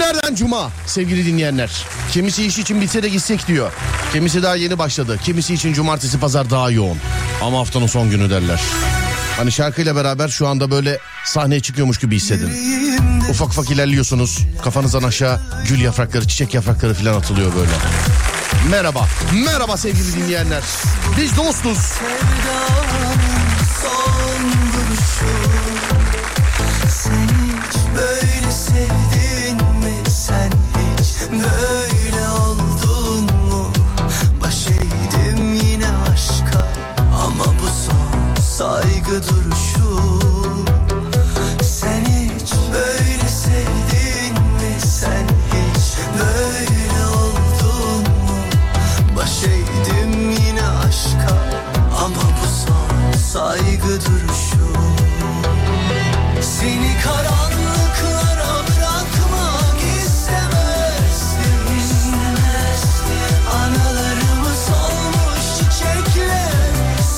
Günlerden cuma sevgili dinleyenler. Kimisi iş için bitse de gitsek diyor. Kimisi daha yeni başladı. Kimisi için cumartesi pazar daha yoğun. Ama haftanın son günü derler. Hani şarkıyla beraber şu anda böyle sahneye çıkıyormuş gibi hissedin. Ufak ufak ilerliyorsunuz. Kafanızdan aşağı gül yaprakları, çiçek yaprakları falan atılıyor böyle. Merhaba. Merhaba sevgili dinleyenler. Biz dostuz. Sen hiç böyle sevdin mi? Sen hiç böyle oldun mu? Baş eğdim yine aşka ama bu son saygı duruşu. Sen hiç böyle sevdin mi? Sen hiç böyle oldun mu? Baş eğdim yine aşka ama bu son saygı duruşu. Seni karanlıklara bırakmak istemezdim. Anılarımız olmuş çiçekler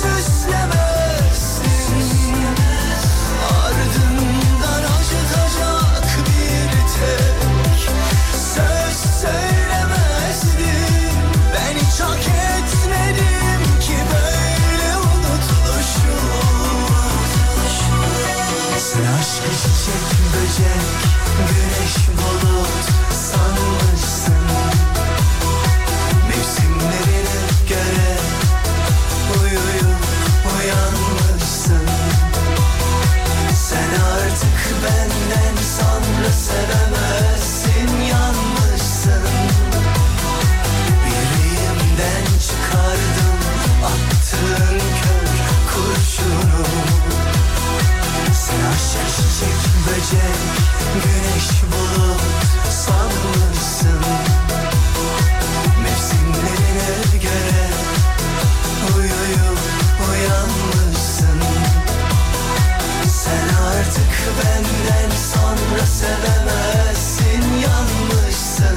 süslemezdim. Ardından acıtacak bir tek söz söylemezdim. Ben hiç hak etmedim ki böyle unutuluşu. Sen aşkı çiçek böcek, güneş bulut sanmışsın. Mevsimlerine göre uyuyup uyanmışsın. Sen artık benden sonra sevemezsin, yanmışsın. Yüreğimden çıkardım attığın kör kurşunu. Sen aşk çiçek böcek, güneş bulut sanmışsın. Mevsimlerine göre uyuyup uyanmışsın. Sen artık benden sonra sevemezsin, yanmışsın.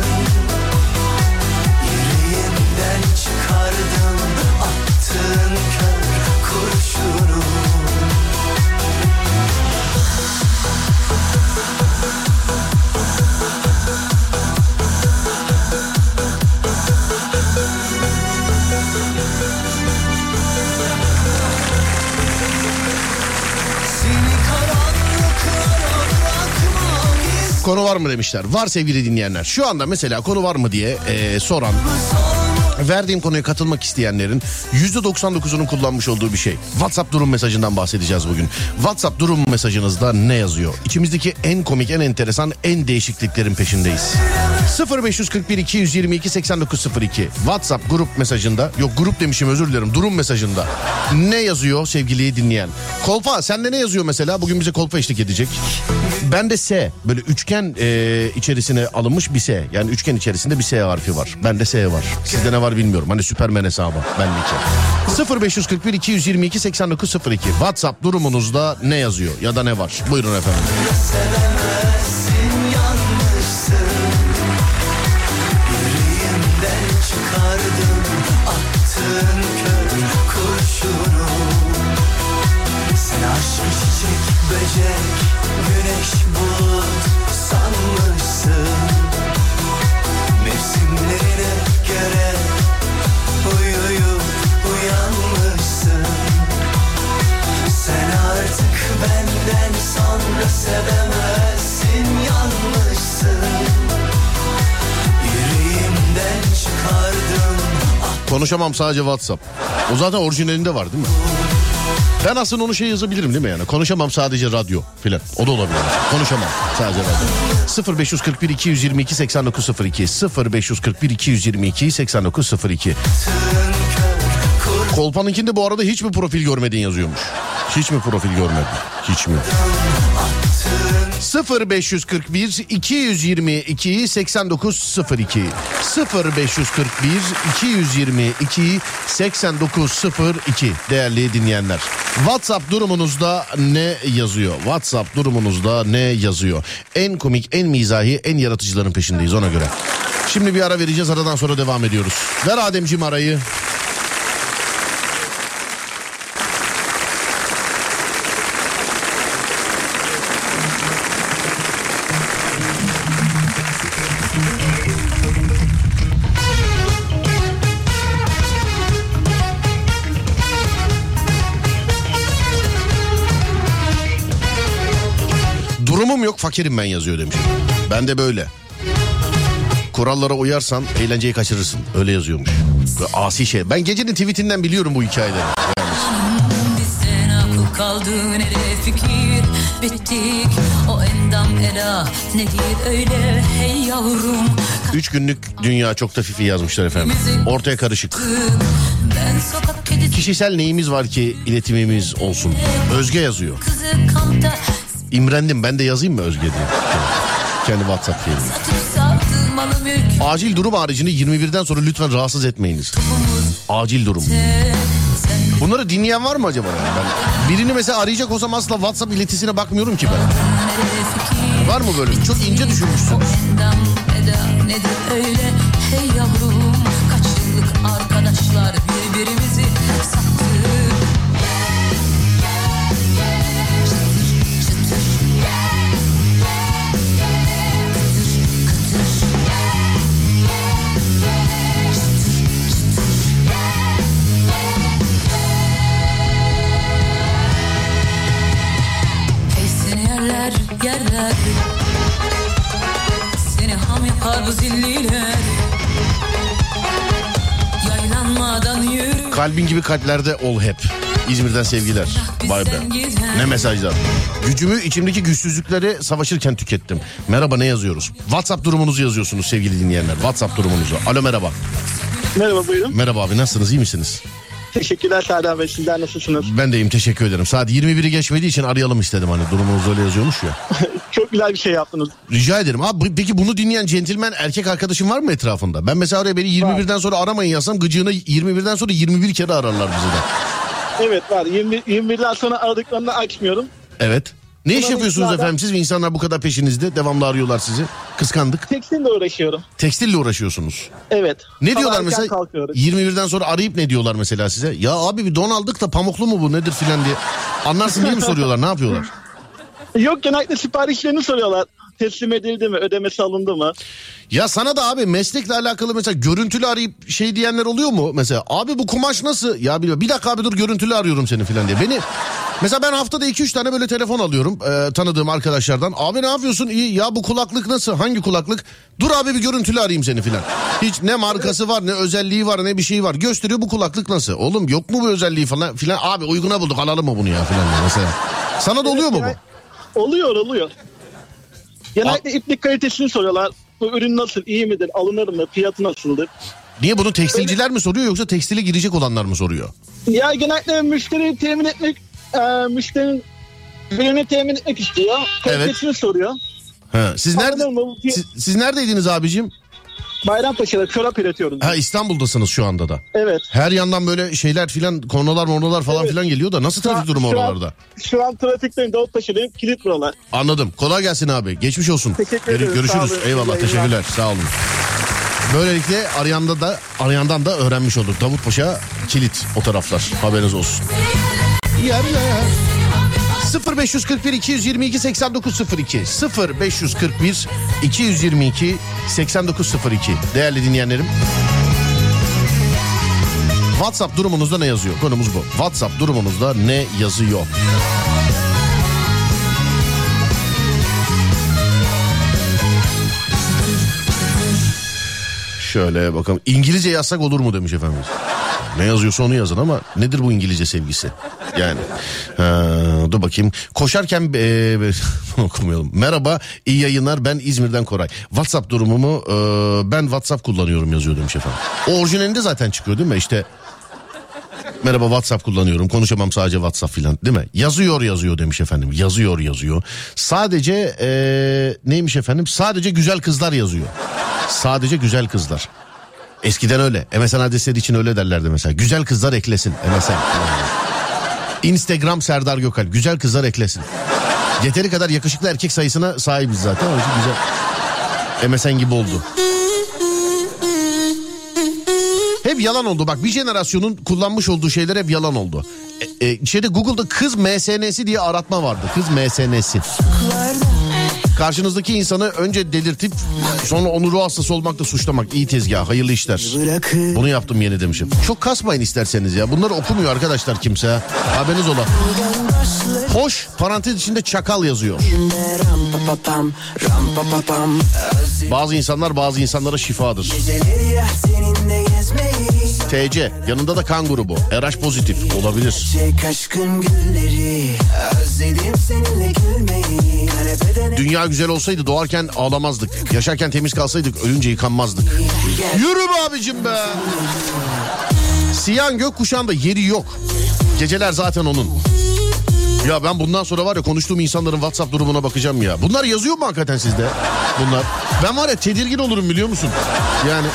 Yüreğimden çıkardım attığın kör kurşunu. Konu var mı demişler. Var sevgili dinleyenler. Şu anda mesela konu var mı diye soran, verdiğim konuya katılmak isteyenlerin %99'unun kullanmış olduğu bir şey. WhatsApp durum mesajından bahsedeceğiz bugün. WhatsApp durum mesajınızda ne yazıyor? İçimizdeki en komik, en enteresan, en değişikliklerin peşindeyiz. 0541 222 8902 WhatsApp grup mesajında, yok grup demişim özür dilerim, durum mesajında ne yazıyor sevgili dinleyen? Kolpa sende ne yazıyor mesela? Bugün bize Kolpa eşlik edecek. Bende S, böyle üçgen içerisine alınmış bir S. Yani üçgen içerisinde bir S harfi var. Bende S var. Sizde ne var bilmiyorum. Hani Süpermen hesabı benlik. 0541 222 8902 WhatsApp durumunuzda ne yazıyor ya da ne var? Buyurun efendim. Sen aşk çiçek böcek, güneş bulut sanmışsın. Mevsimlerine göre uyuyup uyanmışsın. Sen artık benden sonra sevemezsin, yanmışsın. Yüreğimden çıkardım. Konuşamam sadece WhatsApp. O zaten orijinalinde var değil mi? Ben aslında onu yazabilirim değil mi yani? Konuşamam sadece radyo filan. O da olabilir. Konuşamam sadece radyo. 0541 222 8902 0541 222 8902 Kolpa'nınkinde bu arada hiç mi profil görmedin yazıyormuş. Hiç mi profil görmedin? Hiç mi? 0541 222 8902 0541 222 8902 değerli dinleyenler. WhatsApp durumunuzda ne yazıyor? WhatsApp durumunuzda ne yazıyor? En komik, en mizahi, en yaratıcıların peşindeyiz ona göre. Şimdi bir ara vereceğiz, aradan sonra devam ediyoruz. Ver Ademciğim arayı. Durumum yok, fakirim ben yazıyor demiş. Ben de böyle. Kurallara uyarsan eğlenceyi kaçırırsın. Öyle yazıyormuş. Böyle asi şey. Ben gecenin tweetinden biliyorum bu hikayeleri. Bizden akıl kaldı nereye fikir bittik. O endam ela nedir öyle hey yavrum. 3 günlük dünya çok da fifi yazmışlar efendim. Ortaya karışık. Ben sokak kedisi. Kişisel neyimiz var ki iletimimiz olsun? Özge yazıyor. Kızı kampta İmrendim, ben de yazayım mı Özge diye. Kendi WhatsApp diyelim. sattığı malı mülk. Acil durum haricinde 21'den sonra lütfen rahatsız etmeyiniz. Acil durum. Bunları dinleyen var mı acaba? Yani ben birini mesela arayacak olsam asla WhatsApp iletisine bakmıyorum ki ben. Var mı böyle? Çok ince düşünmüşsünüz. Endam eda nedir öyle hey yavrum. Kaç yıllık arkadaşlar birbirimizi sattık. Yerler seni ham yapar bu zilliler. Yaylanmadan yürü. Kalbin gibi kalplerde ol hep. İzmir'den sevgiler. Vay be. Ne mesajlar. Gücümü içimdeki güçsüzlükleri savaşırken tükettim. Merhaba, ne yazıyoruz? WhatsApp durumunuzu yazıyorsunuz sevgili dinleyenler. WhatsApp durumunuzu. Alo, merhaba. Merhaba, buyurun. Merhaba abi, nasılsınız, iyi misiniz? Teşekkürler Serdar Bey, sizler nasılsınız? Ben de iyiyim, teşekkür ederim. Saat 21'i geçmediği için arayalım istedim, hani durumunuz öyle yazıyormuş ya. Çok güzel bir şey yaptınız. Rica ederim. Abi peki bunu dinleyen centilmen erkek arkadaşın var mı etrafında? Ben mesela oraya beni 21'den sonra aramayın yazsam gıcığına 21'den sonra 21 kere ararlar bizi de. Evet var, 21'den sonra aradıklarını açmıyorum. Evet. Ne iş Buna yapıyorsunuz insanlar- efendim siz ve insanlar bu kadar peşinizde? Devamlı arıyorlar sizi. Kıskandık. Tekstille uğraşıyorum. Tekstille uğraşıyorsunuz. Evet. Ne Sabah diyorlar erken mesela? kalkıyoruz. 21'den sonra arayıp ne diyorlar mesela size? Ya abi bir don aldık da pamuklu mu bu nedir filan diye. Anlarsın diye mi soruyorlar, ne yapıyorlar? Yok, genellikle siparişlerini soruyorlar. Teslim edildi mi, ödemesi alındı mı? Ya sana da abi meslekle alakalı mesela görüntülü arayıp şey diyenler oluyor mu? Mesela abi bu kumaş nasıl? Ya biliyor. Bir dakika abi dur, görüntülü arıyorum seni filan diye. Mesela ben haftada 2-3 tane böyle telefon alıyorum tanıdığım arkadaşlardan. Abi ne yapıyorsun? İyi ya, bu kulaklık nasıl? Hangi kulaklık? Dur abi bir görüntülü arayayım seni filan. Hiç ne markası var, ne özelliği var, ne bir şey var. Gösteriyor, bu kulaklık nasıl? Oğlum yok mu bu özelliği falan filan. Abi uyguna bulduk, alalım mı bunu ya filan diye mesela. Sana da oluyor mu bu? Oluyor. Genellikle iplik kalitesini soruyorlar. Bu ürün nasıl, iyi midir, alınır mı, fiyatı nasıldır? Niye bunu tekstilciler mi soruyor yoksa tekstile girecek olanlar mı soruyor? Ya genellikle müşteriyi temin etmek, müşterinin ürünü temin etmek istiyor. Kalitesini soruyor. Ha, siz Alınır mı bu siz neredeydiniz abicim? Bayrampaşa'da çorap üretiyoruz. Ha, İstanbul'dasınız şu anda da. Evet. Her yandan böyle şeyler filan, kornalar falan Evet. filan geliyor da nasıl trafik durumu oralarda? Şu an trafikteyim, Davutpaşa'dayım, kilit buralar. Anladım. Kolay gelsin abi. Geçmiş olsun. Teşekkür ederim. Görüşürüz. Sağ olun. Eyvallah. İyi yayınlar. Teşekkürler. Sağ olun. Böylelikle arayandan da öğrenmiş olduk. Davutpaşa kilit o taraflar. Haberiniz olsun. Yerler. 0541 222 8902 0541 222 8902 değerli dinleyenlerim. WhatsApp durumunuzda ne yazıyor? Konumuz bu. WhatsApp durumunuzda ne yazıyor? Şöyle bakalım. İngilizce yazsak olur mu demiş efendimiz. Ne yazıyorsa onu yazın ama nedir bu İngilizce sevgisi? Yani dur bakayım. Koşarken okumayalım. Merhaba, iyi yayınlar, ben İzmir'den Koray. WhatsApp durumumu ben WhatsApp kullanıyorum yazıyor demiş efendim. O orijinalinde zaten çıkıyor değil mi? İşte merhaba WhatsApp kullanıyorum, konuşamam sadece WhatsApp filan değil mi? Yazıyor demiş efendim. Yazıyor. Sadece neymiş efendim? Sadece güzel kızlar yazıyor. Sadece güzel kızlar. Eskiden öyle. MSN adresleri için öyle derlerdi mesela. Güzel kızlar eklesin MSN. Instagram Serdar Gökalp. Güzel kızlar eklesin. Yeteri kadar yakışıklı erkek sayısına sahibiz zaten. O yüzden güzel. MSN gibi oldu. Hep yalan oldu. Bak, bir jenerasyonun kullanmış olduğu şeyler hep yalan oldu. Google'da kız MSN'si diye aratma vardı. Kız MSN'si. Karşınızdaki insanı önce delirtip sonra onu ruh hastası olmakla suçlamak. İyi tezgah, hayırlı işler. Bunu yaptım yeni demişim. Çok kasmayın isterseniz ya. Bunları okumuyor arkadaşlar kimse. Haberiniz ola. Poş parantez içinde çakal yazıyor. Bazı insanlar bazı insanlara şifadır. TC yanında da kan grubu. RH pozitif olabilir. Dünya güzel olsaydı doğarken ağlamazdık. Yaşarken temiz kalsaydık ölünce yıkanmazdık. Yürü be abicim be. Siyahın gökkuşağında yeri yok. Geceler zaten onun. Ya ben bundan sonra var ya konuştuğum insanların WhatsApp durumuna bakacağım ya. Bunlar yazıyor mu hakikaten sizde? Bunlar. Ben var ya tedirgin olurum biliyor musun? Yani...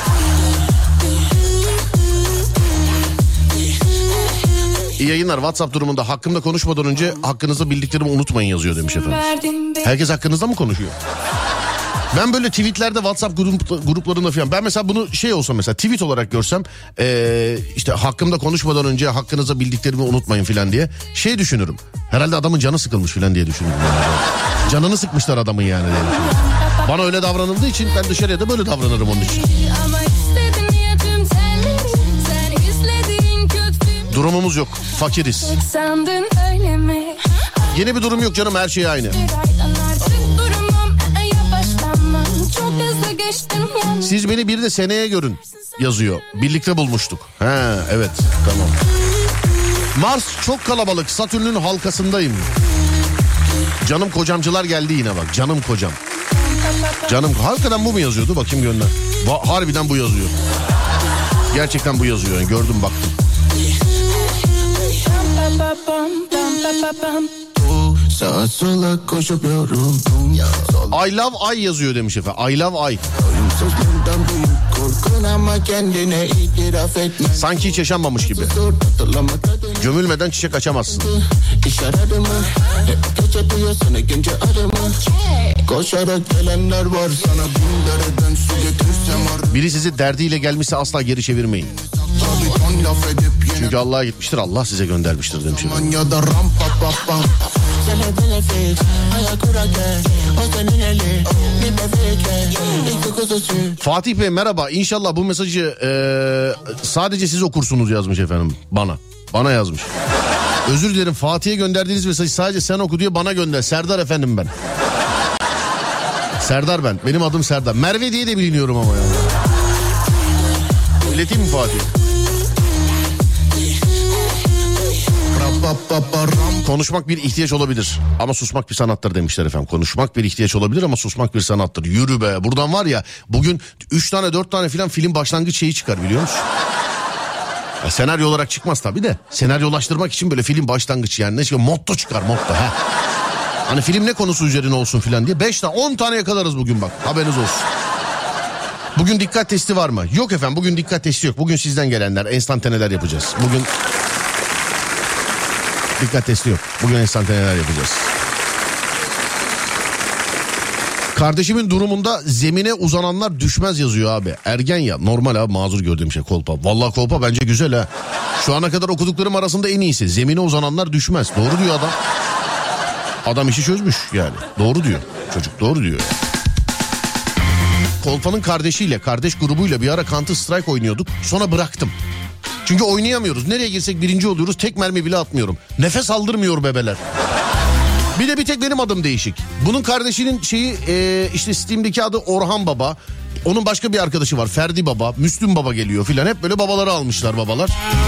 İyi yayınlar. WhatsApp durumunda hakkımda konuşmadan önce hakkınızda bildiklerimi unutmayın yazıyor demiş efendim. Herkes hakkınızda mı konuşuyor? Ben böyle tweetlerde WhatsApp gruplarında falan ben mesela bunu şey olsa mesela tweet olarak görsem işte hakkımda konuşmadan önce hakkınızda bildiklerimi unutmayın falan diye şey düşünürüm. Herhalde adamın canı sıkılmış falan diye düşünürüm. Yani. Canını sıkmışlar adamın yani diye düşünürüm. Bana öyle davranıldığı için ben dışarıya da böyle davranırım onun için. Durumumuz yok. Fakiriz. Yeni bir durum yok canım, her şey aynı. Siz beni bir de seneye görün yazıyor. Birlikte bulmuştuk. He evet tamam. Mars çok kalabalık. Satürn'ün halkasındayım. Canım kocamcılar geldi yine bak. Canım kocam. Canım hakikaten bu mu yazıyordu? Bakayım gönder. Harbiden bu yazıyor. Gerçekten bu yazıyor. Yani gördüm baktım. Sağa sola koşuyorum. I love Ay yazıyor demiş efendim. I love Ay. Sanki hiç yaşanmamış gibi. Gömülmeden çiçek açamazsın. Biri sizi derdiyle gelmişse asla geri çevirmeyin. Çünkü Allah'a gitmiştir, Allah size göndermiştir demiş efendim. Fatih Bey merhaba. İnşallah bu mesajı sadece siz okursunuz yazmış efendim bana. Bana yazmış. Özür dilerim, Fatih'e gönderdiğiniz mesajı sadece sen oku diye bana gönder. Serdar efendim ben. Serdar ben. Benim adım Serdar. Merve diye de biliniyorum ama ya. İleteyim mi Fatih'e? Konuşmak bir ihtiyaç olabilir ama susmak bir sanattır demişler efendim. Konuşmak bir ihtiyaç olabilir ama susmak bir sanattır. Yürü be, buradan var ya bugün 3 tane 4 tane filan film başlangıç şeyi çıkar biliyor musun? Ya, senaryo olarak çıkmaz tabii de senaryolaştırmak için böyle film başlangıç yani ne çıkar, motto çıkar motto. Hani film ne konusu üzerine olsun filan diye 5 tane 10 tane yakalarız bugün bak, haberiniz olsun. Bugün dikkat testi var mı? Yok efendim, bugün dikkat testi yok. Bugün sizden gelenler enstantaneler yapacağız. Bugün dikkat testi yok. Bugün enstantaneler yapacağız. Kardeşimin durumunda zemine uzananlar düşmez yazıyor abi. Ergen ya, normal abi, mazur gördüğüm şey kolpa. Vallahi kolpa bence güzel ha. Şu ana kadar okuduklarım arasında en iyisi. Zemine uzananlar düşmez. Doğru diyor adam. Adam işi çözmüş yani. Doğru diyor. Çocuk doğru diyor. Kolpa'nın kardeşiyle, kardeş grubuyla bir ara Counter Strike oynuyorduk. Sonra bıraktım. Çünkü oynayamıyoruz. Nereye girsek birinci oluyoruz. Tek mermi bile atmıyorum. Nefes aldırmıyor bebeler. Bir tek benim adım değişik. Bunun kardeşinin şeyi işte Steam'deki adı Orhan Baba. Onun başka bir arkadaşı var, Ferdi Baba, Müslüm Baba geliyor filan. Hep böyle babaları almışlar babalar.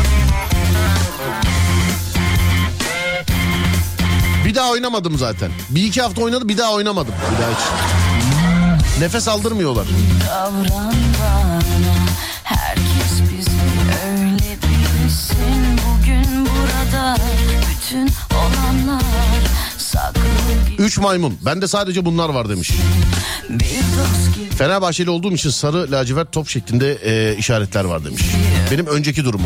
Bir daha oynamadım zaten. 1-2 hafta oynadım, bir daha oynamadım. Bir daha hiç. Nefes aldırmıyorlar. Davran bana, herkes bizi öyle bilsin. Bugün burada bütün olanlar saklı. 3 maymun. Bende sadece bunlar var demiş. Fenerbahçeli olduğum için sarı lacivert top şeklinde işaretler var demiş. Benim önceki durumum.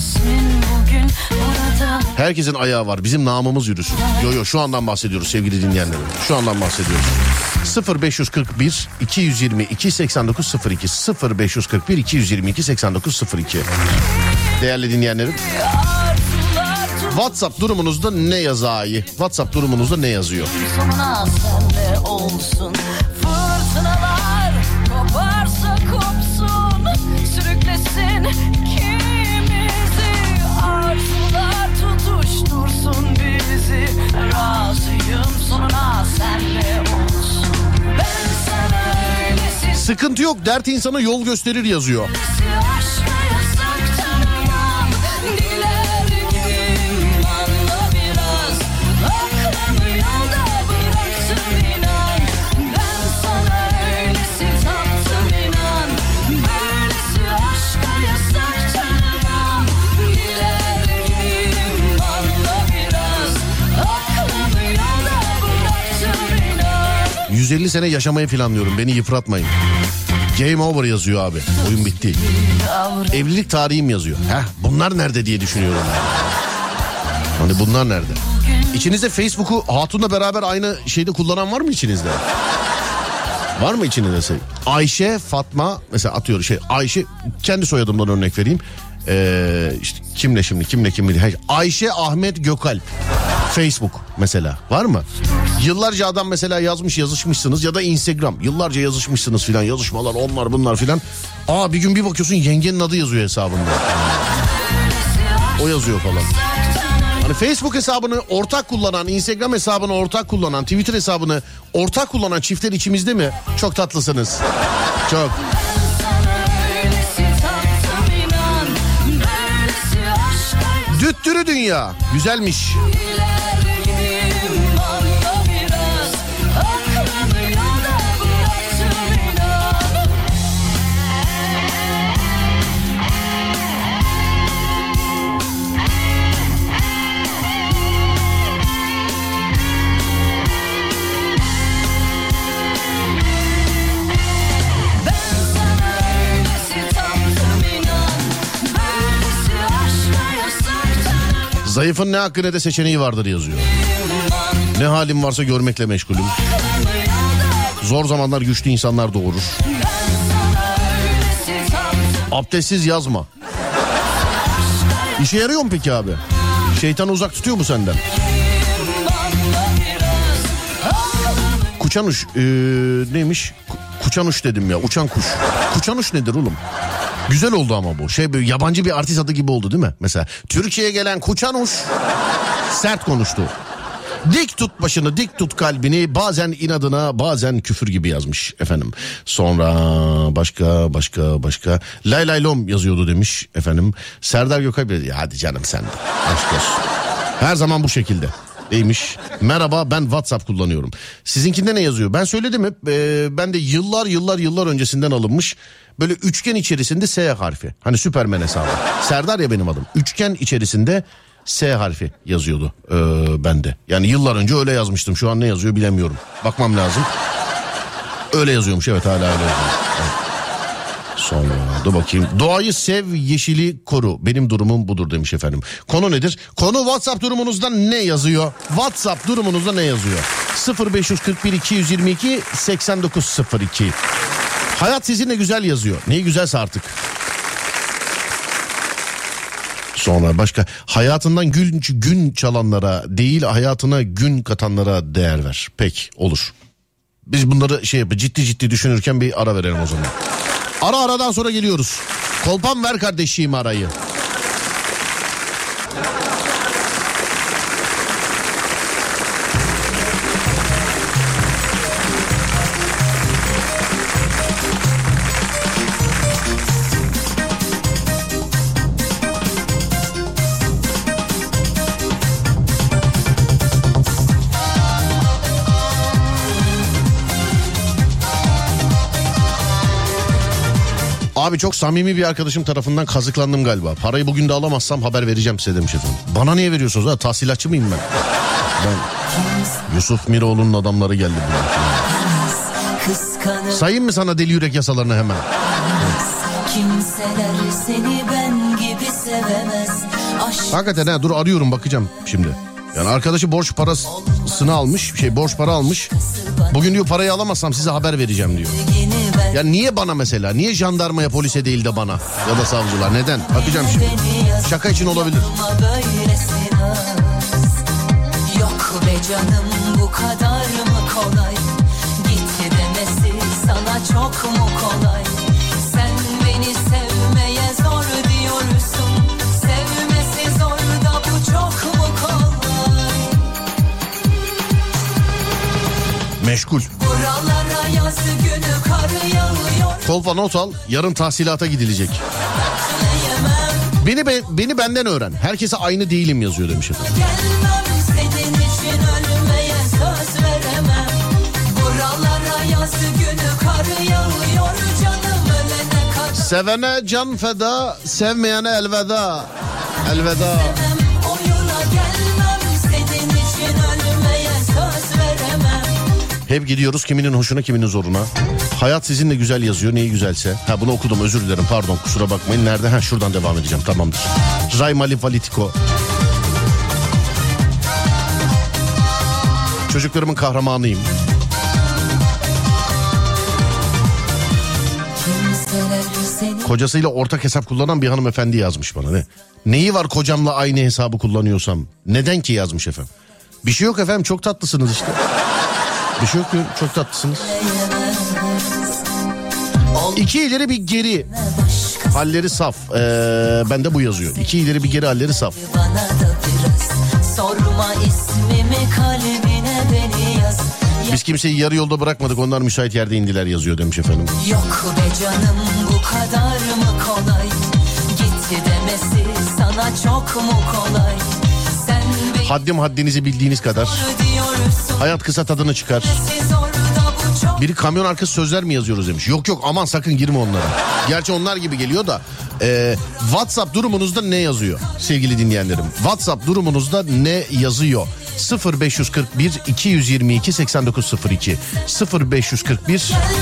Herkesin ayağı var. Bizim namımız yürüsün. Yo şu andan bahsediyoruz sevgili dinleyenlerim. Şu andan bahsediyoruz. 0541 222 8902 0541 222 8902. Değerli dinleyenlerim. WhatsApp durumunuzda ne yazayı? WhatsApp durumunuzda ne yazıyor? Sonra senle olsun. Fırtınalar koparsa kopsun. Sürüklesin ikimizi. Arzular tutuştursun bizi. böylesi. Razıyım sonuna senle olsun. Ben sana öylesi. Sıkıntı yok, dert insana yol gösterir yazıyor. Aşka yasak tanımam. Dilerim anla biraz. Aklımı yolda bıraktım inan. Ben sana öylesi taptım inan. Böylesi aşka yasak tanımam. Dilerim anla biraz. Aklımı yolda bıraktım inan. 150 sene yaşamayı planlıyorum, beni yıpratmayın. Game over yazıyor abi. Oyun bitti. Evlilik tarihim yazıyor. Bunlar nerede diye düşünüyorum. Hani bunlar nerede? İçinizde Facebook'u hatunla beraber aynı şeyde kullanan var mı içinizde? Var mı içinizde? Ayşe, Fatma mesela atıyorum Ayşe, kendi soyadımdan örnek vereyim. İşte kimle? Ayşe, Ahmet, Gökalp. Facebook mesela var mı? Yıllarca adam mesela yazışmışsınız ya da Instagram. Yıllarca yazışmışsınız filan, yazışmalar onlar bunlar filan. Bir gün bir bakıyorsun yengenin adı yazıyor hesabında. O yazıyor falan. Hani Facebook hesabını ortak kullanan, Instagram hesabını ortak kullanan, Twitter hesabını ortak kullanan çiftler içimizde mi? Çok tatlısınız. Çok. Düttürü dünya. Güzelmiş. Zayıfın ne hakkı ne de seçeneği vardır yazıyor. Ne halim varsa görmekle meşgulüm. Zor zamanlar güçlü insanlar doğurur. Abdestsiz yazma. İşe yarıyor mu peki abi? Şeytanı uzak tutuyor mu senden? Kuçanuş neymiş? Kuçanuş dedim ya, uçan kuş. Kuçanuş nedir oğlum? Güzel oldu ama bu. Böyle yabancı bir artist adı gibi oldu değil mi? Mesela Türkiye'ye gelen Kuçanuş sert konuştu. Dik tut başını, dik tut kalbini, bazen inadına, bazen küfür gibi yazmış efendim. Sonra başka lay lay lom yazıyordu demiş efendim. Serdar Gökalp dedi, hadi canım sen de aşk olsun. Her zaman bu şekilde. Neymiş? Merhaba, ben WhatsApp kullanıyorum. Sizinkinde ne yazıyor? Ben söyledim hep. Ben de yıllar öncesinden alınmış. Böyle üçgen içerisinde S harfi. Hani Süpermen hesabı. Serdar ya benim adım. Üçgen içerisinde S harfi yazıyordu bende. Yani yıllar önce öyle yazmıştım. Şu an ne yazıyor bilemiyorum. Bakmam lazım. Öyle yazıyormuş, evet, hala öyle yazıyor. Evet. Sonra dur bakayım. Doğayı sev, yeşili koru. Benim durumum budur demiş efendim. Konu nedir? Konu WhatsApp durumunuzda ne yazıyor? WhatsApp durumunuzda ne yazıyor? 0541 222 8902. Hayat sizinle güzel yazıyor. Neyi güzelse artık. Sonra başka, hayatından gün çalanlara değil, hayatına gün katanlara değer ver. Peki, olur. Biz bunları ciddi düşünürken bir ara verelim o zaman. Aradan sonra geliyoruz. Kolpan ver kardeşim arayı. Abi çok samimi bir arkadaşım tarafından kazıklandım galiba. Parayı bugün de alamazsam haber vereceğim size demiş efendim. Bana niye veriyorsunuz ha? Tahsilatçı mıyım ben? Yusuf Miroğlu'nun adamları geldi buraya. Sayayım mı sana deli yürek yasalarını hemen? Kimseler seni ben gibi sevemez. Hakikaten ha, dur arıyorum, bakacağım şimdi. Yani arkadaşı borç parasını almış, borç para almış. Bugün diyor parayı alamazsam size haber vereceğim diyor. Ya niye bana mesela? Niye jandarmaya, polise değil de bana? Ya da savcılar, neden? Bakacağım şimdi. Şaka için olabilir. Yok be canım, bu kadar mı kolay? Git demesi sana çok mu kolay? Sen beni sevmeye zor diyorsun. Sevmesi zor da bu çok mu kolay? Meşgul. Buralara yaz günü kar yağıyor. Kolpa not al, yarın tahsilata gidilecek. Beni benden öğren. Herkese aynı değilim yazıyor demiş efendim. Gelmem senin için ölmeye söz veremem. Buralara yaz günü kar yağıyor canım ölene kadar. Sevene can feda, sevmeyene elveda. Elveda. Oyuna gelmem senin için ölmeye söz veremem. Hep gidiyoruz kiminin hoşuna kiminin zoruna. Hayat sizinle güzel yazıyor, neyi güzelse. Ha bunu okudum, özür dilerim, pardon, kusura bakmayın. Nerede? Ha şuradan devam edeceğim, tamamdır. Raymali Valitiko. Çocuklarımın kahramanıyım. Kocasıyla ortak hesap kullanan bir hanımefendi yazmış bana. Neyi var kocamla aynı hesabı kullanıyorsam? Neden ki yazmış efendim. Bir şey yok efendim, çok tatlısınız işte. Bir şey yok diyorum, çok tatlısınız. İki ileri bir geri halleri saf. Bende bu yazıyor. İki ileri bir geri halleri saf. Bana da biraz sorma ismimi kalbine beni yaz. Biz kimseyi yarı yolda bırakmadık, onlar müsait yerde indiler yazıyor demiş efendim. Yok be canım bu kadar mı kolay? Git demesi sana çok mu kolay? Sen beni Haddim haddinizi bildiğiniz kadar. diyorsun. Hayat kısa, tadını çıkar. Siz orada bu çok. Biri kamyon arkası sözler mi yazıyoruz demiş. Yok yok, aman sakın girme onlara. Gerçi onlar gibi geliyor da. WhatsApp durumunuzda ne yazıyor sevgili dinleyenlerim? WhatsApp durumunuzda ne yazıyor? 0541 222 8902 0541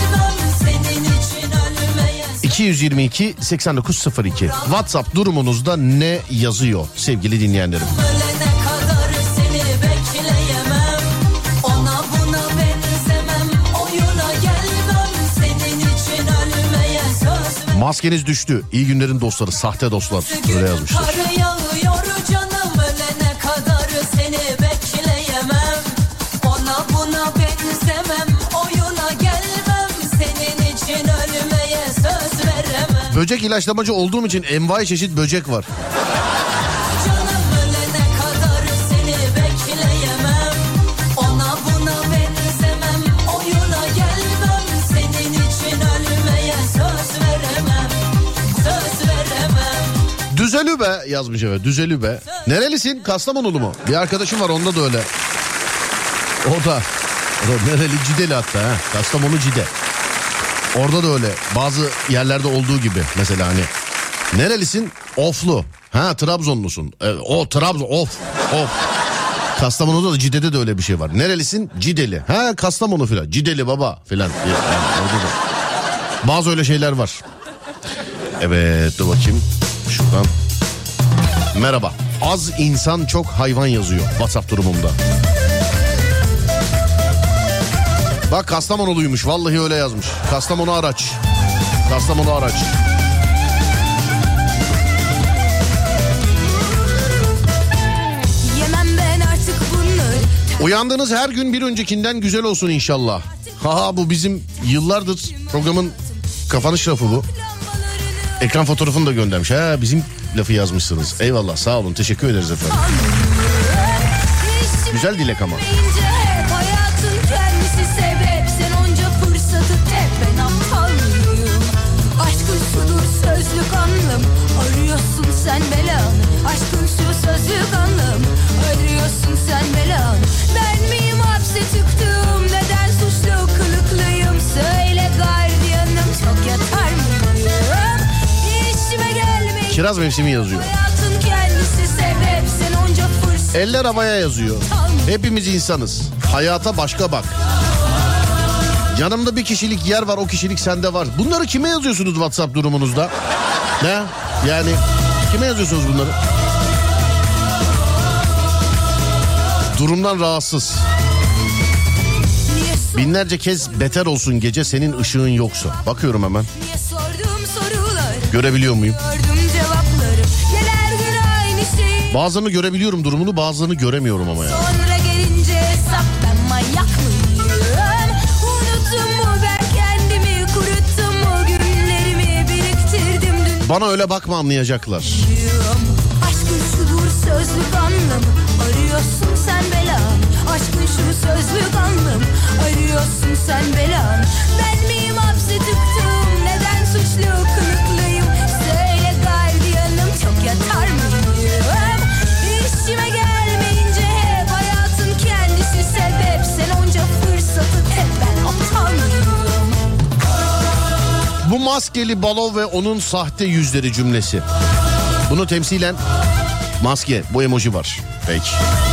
222 8902 WhatsApp durumunuzda ne yazıyor sevgili dinleyenlerim? Ölene kadar seni bekleyemem. Ona buna benzemem. Oyuna gelmem. Senin için ölmeye söz ver. Maskeniz düştü. İyi günlerin dostları, sahte dostlar. Öyle yazmışlar. Kar yağıyor canım ölene kadar seni bekleyemem. Ona buna benzemem. Oyuna gelmem. Senin için ölmeye söz veremem. Böcek ilaçlamacı olduğum için envai çeşit böcek var. Canım ölene kadar seni bekleyemem. Ona buna benzemem. Oyuna gelmem. Senin için ölmeye söz veremem. Söz veremem. Düzelü be yazmış evet, düzelü be. Nerelisin? Kastamonulu mu? Bir arkadaşım var, onda da öyle. O da nereli, Cideli hatta ha. Kastamonu Cide. Orada da öyle. Bazı yerlerde olduğu gibi mesela hani. Nerelisin? Oflu. Ha Trabzonlusun. O Trabzon of. Kastamonu'da da Cide'de de öyle bir şey var. Nerelisin? Cideli. Ha Kastamonu filan. Cideli baba filan. Yani orada da. Bazı öyle şeyler var. Evet dur bakayım. Şuradan. Merhaba. Az insan çok hayvan yazıyor WhatsApp durumumda. Bak Kastamonuluymuş, vallahi öyle yazmış. Kastamonu araç. Kastamonu araç. Yemem ben artık bunları. Uyandığınız her gün bir öncekinden güzel olsun inşallah. Haha, bu bizim yıllardır programın kapanış lafı bu. Ekran fotoğrafını da göndermiş. Ha bizim lafı yazmışsınız. Eyvallah, sağ olun, teşekkür ederiz efendim. Güzel dilek ama. Hayatın kendisi sebep. Sen onca fırsatı tep. Ben aptal mıyım? Aşkın şudur sözlük anlam. Arıyorsun sen belanı. Aşkın şu sözlük anlam. Arıyorsun sen belanı. Ben miyim hapse çıktım? Neden suçlu kılıklıyım? Söyle gardiyanım, çok yatar mıyım? İşime gelmeyin. Kiraz mevsimi yazıyor. Hayatın kendisi sebep. Sen onca fırsat. Eller havaya yazıyor. Hepimiz insanız. Hayata başka bak. Yanımda bir kişilik yer var, o kişilik sende var. Bunları kime yazıyorsunuz WhatsApp durumunuzda? Ne? Yani kime yazıyorsunuz bunları? Durumdan rahatsız. Binlerce kez beter olsun gece senin ışığın yoksa. Bakıyorum hemen. Niye sorduğum sorular, Görebiliyor muyum? gördüm cevapları. Gel her gün aynı şeyi. Bazılarını görebiliyorum durumunu, bazılarını göremiyorum ama ya. Sonra gelince hesap, ben manyak mıyım? Unuttum mu ben kendimi, kuruttum mu günlerimi, biriktirdim dün. Bana öyle bakma, anlayacaklar. Aşkın şudur sözlük anlamı. Arıyorsun sen belanı. Aşkın şu sözlük anlamı. Arıyorsun arıyorsun sen belanı. Ben miyim hapse tıktım, neden suçlu kılıklıyım? Söyle gardiyanım, çok yatar mıyım? İşime gelmeyince hep hayatın kendisi sebep. Sen onca fırsatı hep ben aptal mıyım? Bu maskeli balo ve onun sahte yüzleri cümlesi. Bunu temsilen maske, bu emoji var. Peki.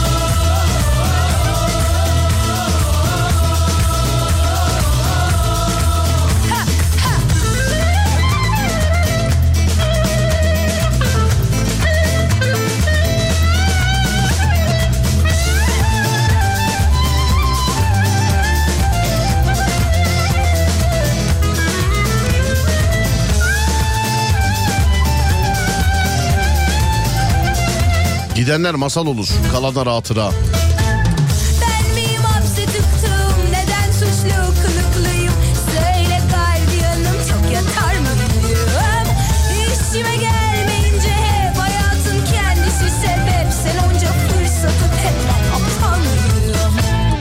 Gidenler masal olur, kalanlar hatıra. Ben miyim hapse tıktım, neden suçlu kılıklıyım? Söyle gardiyanım, çok yatar mıyım? İşime gelmeyince hep hayatın kendisi sebep. Sen onca fırsatı hep ben aptal mıyım?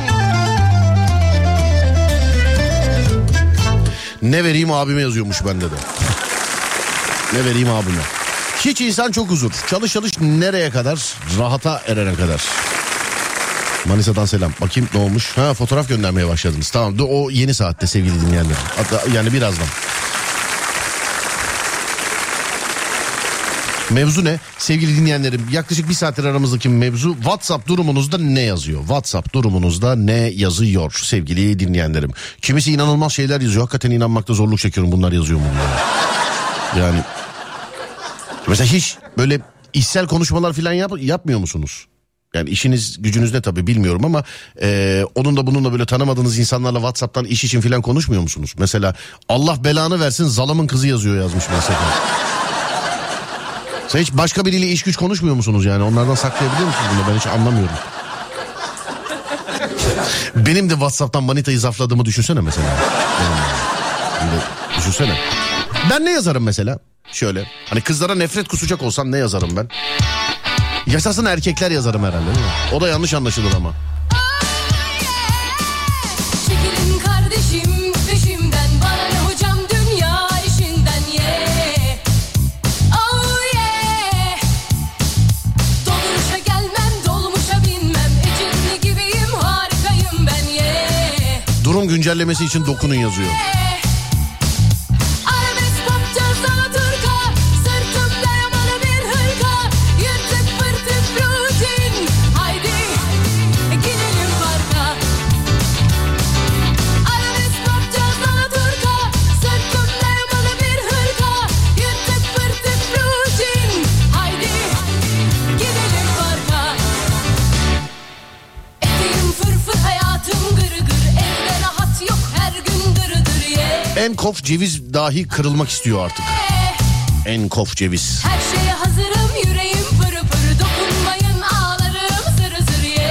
Ne vereyim abime yazıyormuş bende de. Ne vereyim abime? Hiç insan çok huzur. Çalış çalış nereye kadar? Rahata erene kadar. Manisa'dan selam. Bakayım ne olmuş? Ha, fotoğraf göndermeye başladınız. Tamam, o yeni saatte sevgili dinleyenler. Hatta yani birazdan. Mevzu ne? Sevgili dinleyenlerim, yaklaşık bir saattir aramızdaki mevzu WhatsApp durumunuzda ne yazıyor? WhatsApp durumunuzda ne yazıyor sevgili dinleyenlerim? Kimisi inanılmaz şeyler yazıyor. Hakikaten inanmakta zorluk çekiyorum, bunlar yazıyor mu? Yani mesela hiç böyle içsel konuşmalar falan yapmıyor musunuz? Yani işiniz gücünüz ne tabii bilmiyorum ama onunla bununla böyle tanımadığınız insanlarla WhatsApp'tan iş için falan konuşmuyor musunuz? Mesela Allah belanı versin zalamın kızı yazıyor yazmış mesela. Sen hiç başka biriyle iş güç konuşmuyor musunuz yani? Onlardan saklayabiliyor musunuz bunu? Ben hiç anlamıyorum. Benim de WhatsApp'tan manitayı zafladığımı düşünsene mesela. Düşünsene. Ben ne yazarım mesela? Şöyle. Hani kızlara nefret kusacak olsam ne yazarım ben? Yaşasın erkekler yazarım herhalde, değil mi? O da yanlış anlaşılır ama. Çekilin kardeşim peşimden, bana ne hocam dünya işinden ye. Oh yeah. Dolmuşa gelmem, dolmuşa binmem, ecinli gibiyim, harikayım ben ye. Durum güncellemesi için dokunun yazıyor. Enkof ceviz dahi kırılmak istiyor artık. Enkof ceviz. Her şeye hazırım, yüreğim pırı pırı, dokunmayın ağlarım zırı zırı ye.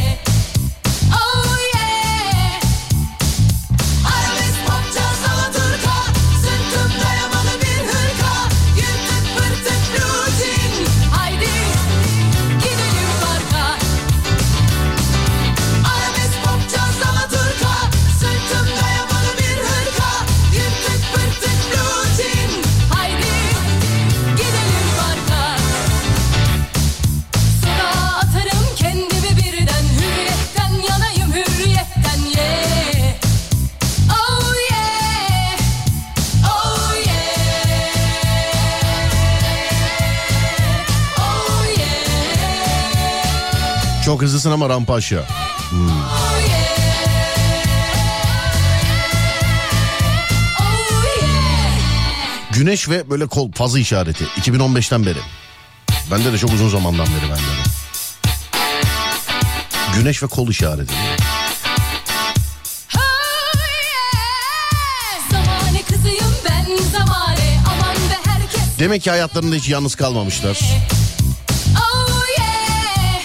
Oh yeah. Arabesk pop caz alaturka, sırtım dayamalı bir hırka, yırtık pırtık rutin, haydi gidelim parka. Arabesk pop caz alaturka, sırtım dayamalı bir hırka, yırtık pırtık rutin, haydi gidelim parka. Sokağa atarım kendimi birden, hürriyetten yanayım, hürriyetten ye. Oh yeah. Oh yeah. Oh yeah. Çok hızlısın ama rampa aşağı. Oh yeah. Oh yeah. Güneş ve böyle kol fazı işareti. 2015'ten beri. Bende de çok uzun zamandan beri bende de. Güneş ve kol işareti. Zamane kızıyım ben, zamane, aman be herkes. Demek ki hayatlarında hiç yalnız kalmamışlar. Oh yeah.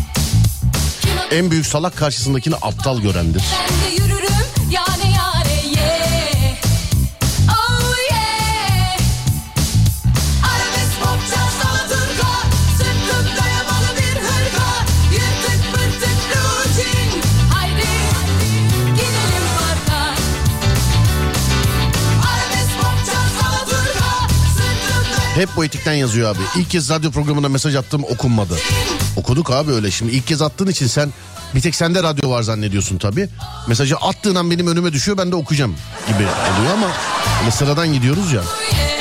En büyük salak karşısındakini aptal görendir. Ben de yürürüm yane yare ye. Oh yeah. Arabesk pop caz alaturka, sırtım dayamalı bir hırka, yırtık pırtık rutin, haydi gidelim Hep bu etikten yazıyor abi. İlk kez radyo programına mesaj attım, okunmadı. Okuduk abi öyle. Şimdi ilk kez attığın için sen bir tek sende radyo var zannediyorsun tabii. Mesajı attığın an benim önüme düşüyor, ben de okuyacağım gibi oluyor ama hani sıradan gidiyoruz ya.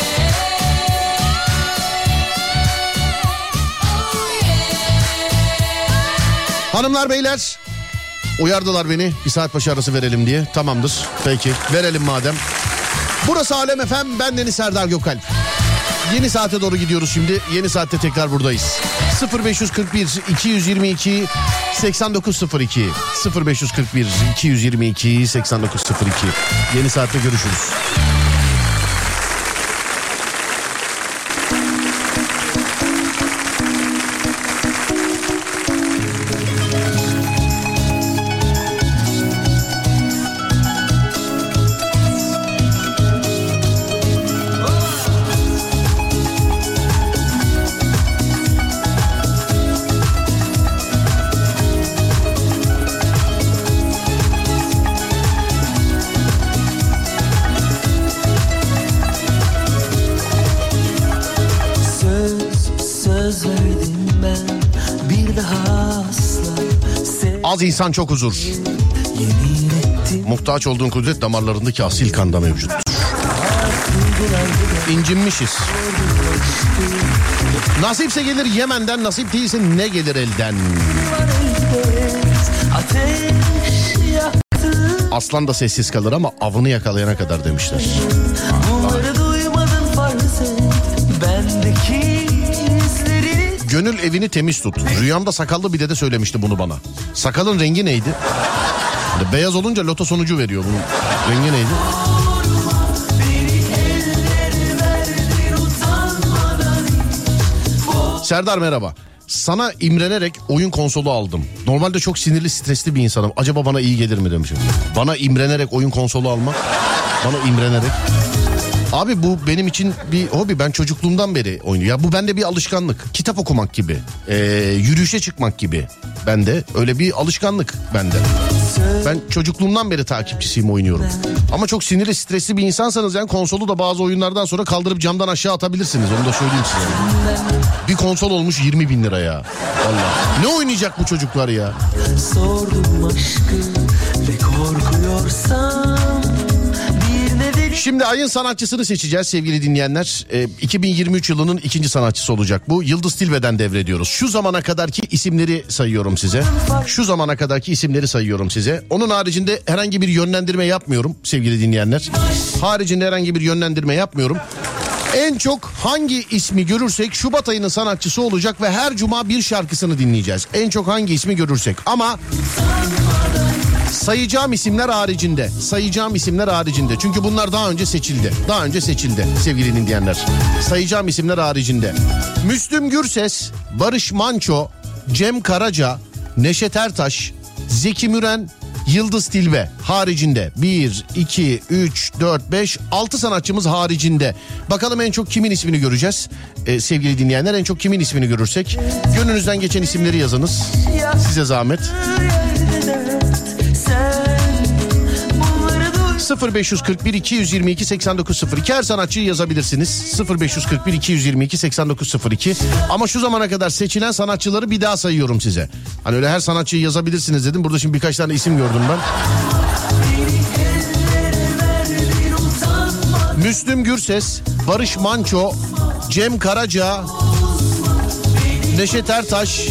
Hanımlar beyler, uyardılar beni bir saat başı arası verelim diye. Tamamdır, peki verelim madem. Burası Alem FM, ben Deniz Serdar Gökalp. Yeni saate doğru gidiyoruz şimdi. Yeni saatte tekrar buradayız. 0541 222 8902 0541 222 8902. Yeni saatte görüşürüz. Az insan çok huzur. Muhtaç olduğun kudret damarlarındaki asil kanda mevcut. İncinmişiz. Nasipse gelir Yemen'den, nasip değilse ne gelir elden. Aslan da sessiz kalır ama avını yakalayana kadar demişler. Gönül evini temiz tut. Rüyamda sakallı bir dede söylemişti bunu bana. Sakalın rengi neydi? Yani beyaz olunca loto sonucu veriyor bunun. Rengi neydi? Serdar merhaba. Sana imrenerek oyun konsolu aldım. Normalde çok sinirli, stresli bir insanım. Acaba bana iyi gelir mi demişim. Bana imrenerek oyun konsolu almak. Bana imrenerek. Abi bu benim için bir hobi. Ben çocukluğumdan beri oynuyorum. Ya bu bende bir alışkanlık. Kitap okumak gibi. Yürüyüşe çıkmak gibi. Bende öyle bir alışkanlık bende. Ben çocukluğumdan beri takipçisiyim, oynuyorum. Ama çok sinirli, stresli bir insansanız yani konsolu da bazı oyunlardan sonra kaldırıp camdan aşağı atabilirsiniz. Onu da söyleyeyim size. Bir konsol olmuş 20 bin lira ya. Vallahi. Ne oynayacak bu çocuklar ya? Sordum aşkı ve korkuyorsam. Şimdi ayın sanatçısını seçeceğiz sevgili dinleyenler. 2023 yılının ikinci sanatçısı olacak bu. Yıldız Tilbe'den devrediyoruz. Şu zamana kadarki isimleri sayıyorum size. Şu zamana kadarki isimleri sayıyorum size. Onun haricinde herhangi bir yönlendirme yapmıyorum sevgili dinleyenler. Haricinde herhangi bir yönlendirme yapmıyorum. En çok hangi ismi görürsek Şubat ayının sanatçısı olacak ve her cuma bir şarkısını dinleyeceğiz. En çok hangi ismi görürsek ama... Sayacağım isimler haricinde. Çünkü bunlar daha önce seçildi sevgili dinleyenler. Sayacağım isimler haricinde. Müslüm Gürses, Barış Manço, Cem Karaca, Neşet Ertaş, Zeki Müren, Yıldız Tilbe haricinde. 1, 2, 3, 4, 5, 6 sanatçımız haricinde. Bakalım en çok kimin ismini göreceğiz? Sevgili dinleyenler, en çok kimin ismini görürsek gönlünüzden geçen isimleri yazınız. Size zahmet. 0541 222 8902 her sanatçıyı yazabilirsiniz. 0541 222 8902 ama şu zamana kadar seçilen sanatçıları bir daha sayıyorum size. Hani öyle her sanatçıyı yazabilirsiniz dedim. Burada şimdi birkaç tane isim gördüm ben. Müslüm Gürses, Barış Manço, Cem Karaca, Neşet Ertaş,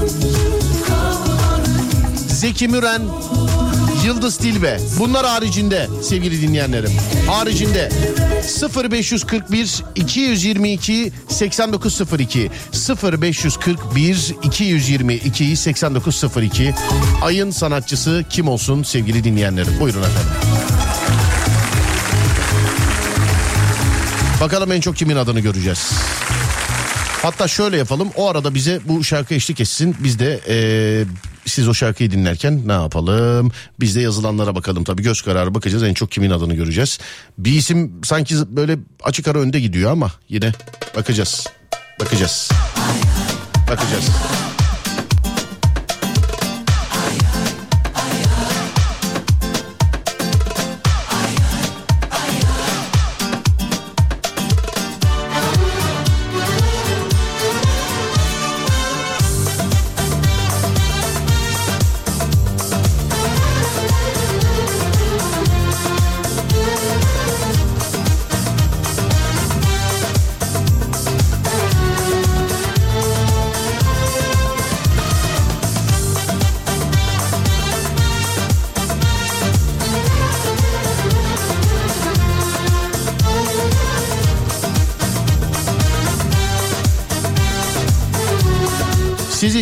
Zeki Müren, Yıldız Tilbe. Bunlar haricinde sevgili dinleyenlerim. Haricinde 0541 222 8902 0541 222 8902 ayın sanatçısı kim olsun sevgili dinleyenlerim? Buyurun efendim. Bakalım en çok kimin adını göreceğiz. Hatta şöyle yapalım, o arada bize bu şarkı eşlik etsin. Biz de siz o şarkıyı dinlerken ne yapalım? Biz de yazılanlara bakalım tabii, göz kararı bakacağız, en çok kimin adını göreceğiz. Bir isim sanki böyle açık ara önde gidiyor ama yine bakacağız. Bakacağız.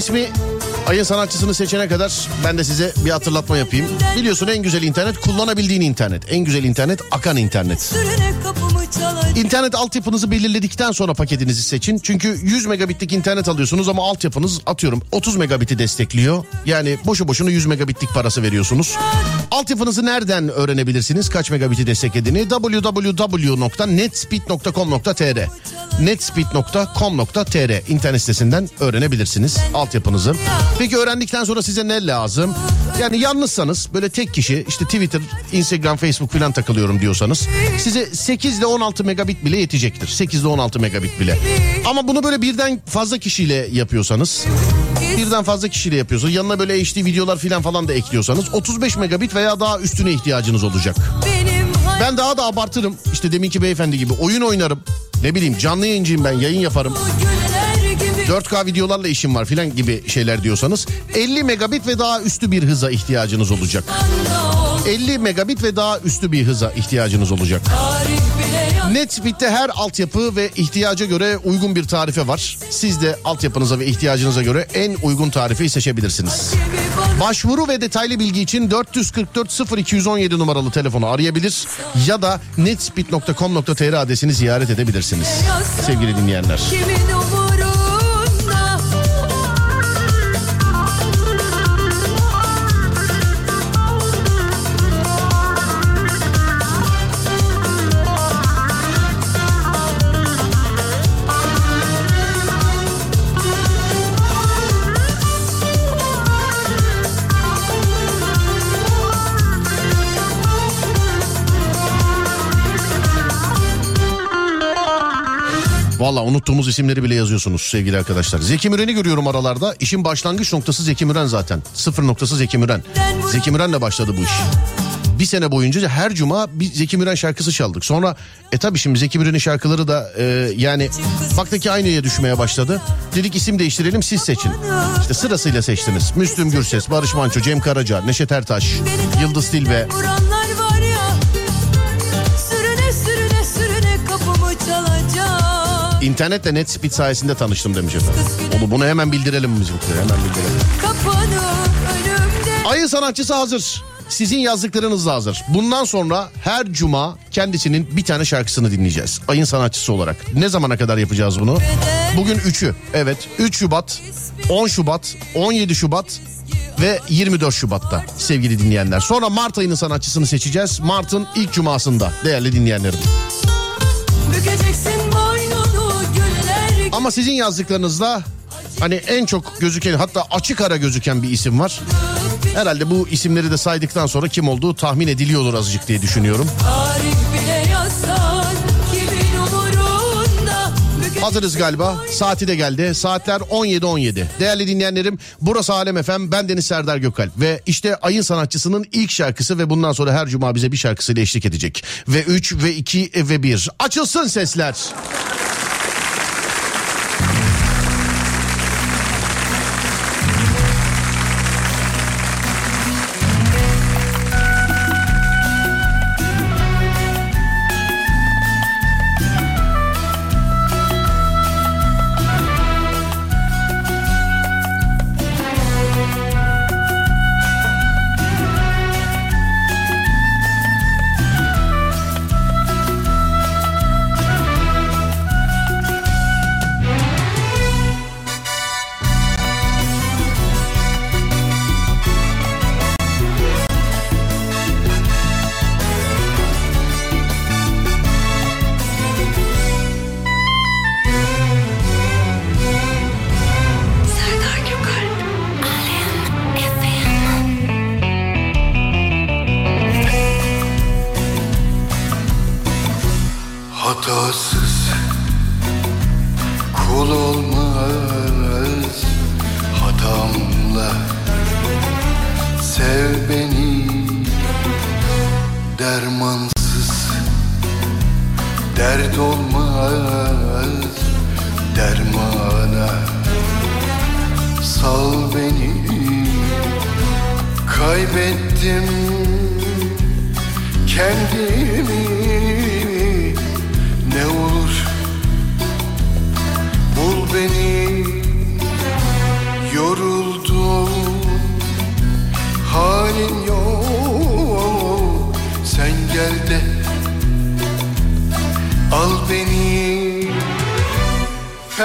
ismi ayın sanatçısını seçene kadar ben de size bir hatırlatma yapayım. Biliyorsun en güzel internet kullanabildiğin internet. En güzel internet akan internet. İnternet altyapınızı belirledikten sonra paketinizi seçin. Çünkü 100 megabitlik internet alıyorsunuz ama altyapınız atıyorum 30 megabiti destekliyor. Yani boşu boşuna 100 megabitlik parası veriyorsunuz. Altyapınızı nereden öğrenebilirsiniz? Kaç megabiti desteklediğini? www.netspeed.com.tr netspeed.com.tr internet sitesinden öğrenebilirsiniz altyapınızı. Peki öğrendikten sonra size ne lazım? Yani yalnızsanız böyle tek kişi işte Twitter, Instagram, Facebook falan takılıyorum diyorsanız size 8 ile 16 megabit bile yetecektir. 8 ile 16 megabit bile. Ama bunu böyle birden fazla kişiyle yapıyorsanız yanına böyle HD videolar falan da ekliyorsanız 35 megabit veya daha üstüne ihtiyacınız olacak. Ben daha da abartırım. İşte deminki beyefendi gibi oyun oynarım. Ne bileyim canlı yayıncıyım ben, yayın yaparım. 4K videolarla işim var filan gibi şeyler diyorsanız 50 megabit ve daha üstü bir hıza ihtiyacınız olacak. 50 megabit ve daha üstü bir hıza ihtiyacınız olacak. Netspeed'de her altyapı ve ihtiyaca göre uygun bir tarife var. Siz de altyapınıza ve ihtiyacınıza göre en uygun tarifeyi seçebilirsiniz. Başvuru ve detaylı bilgi için 444 0217 numaralı telefonu arayabilir ya da netspeed.com.tr adresini ziyaret edebilirsiniz. Sevgili dinleyenler. Valla unuttuğumuz isimleri bile yazıyorsunuz sevgili arkadaşlar. Zeki Müren'i görüyorum aralarda. İşin başlangıç noktası Zeki Müren zaten. Sıfır noktası Zeki Müren. Zeki Müren'le başladı bu iş. Bir sene boyunca her cuma bir Zeki Müren şarkısı çaldık. Sonra tabii şimdi Zeki Müren'in şarkıları da yani baktık ki aynıya düşmeye başladı. Dedik isim değiştirelim, siz seçin. İşte sırasıyla seçtiniz. Müslüm Gürses, Barış Manço, Cem Karaca, Neşet Ertaş, Yıldız Tilbe. İnternetle Netspeed sayesinde tanıştım demiş efendim. Bunu hemen bildirelim bizimkilere, hemen bildirelim. Ayın sanatçısı hazır. Sizin yazdıklarınız da hazır. Bundan sonra her cuma kendisinin bir tane şarkısını dinleyeceğiz. Ayın sanatçısı olarak. Ne zamana kadar yapacağız bunu? Bugün 3'ü. Evet, 3 Şubat, 10 Şubat, 17 Şubat ve 24 Şubat'ta sevgili dinleyenler. Sonra Mart ayının sanatçısını seçeceğiz. Mart'ın ilk cumasında değerli dinleyenlerim. Ama sizin yazdıklarınızda hani en çok gözüken, hatta açık ara gözüken bir isim var. Herhalde bu isimleri de saydıktan sonra kim olduğu tahmin ediliyordur azıcık diye düşünüyorum. Hazırız galiba. Saati de geldi. Saatler 17.17. Değerli dinleyenlerim, burası Alem FM. Ben Deniz Serdar Gökalp. Ve işte ayın sanatçısının ilk şarkısı ve bundan sonra her cuma bize bir şarkısıyla eşlik edecek. Ve 3 ve 2 ve 1. Açılsın sesler. Hatasız kul olmaz, hatamla sev beni. Dermansız dert olmaz, dermana sal beni. Kaybettim kendimi, ne olur bul beni. Yorum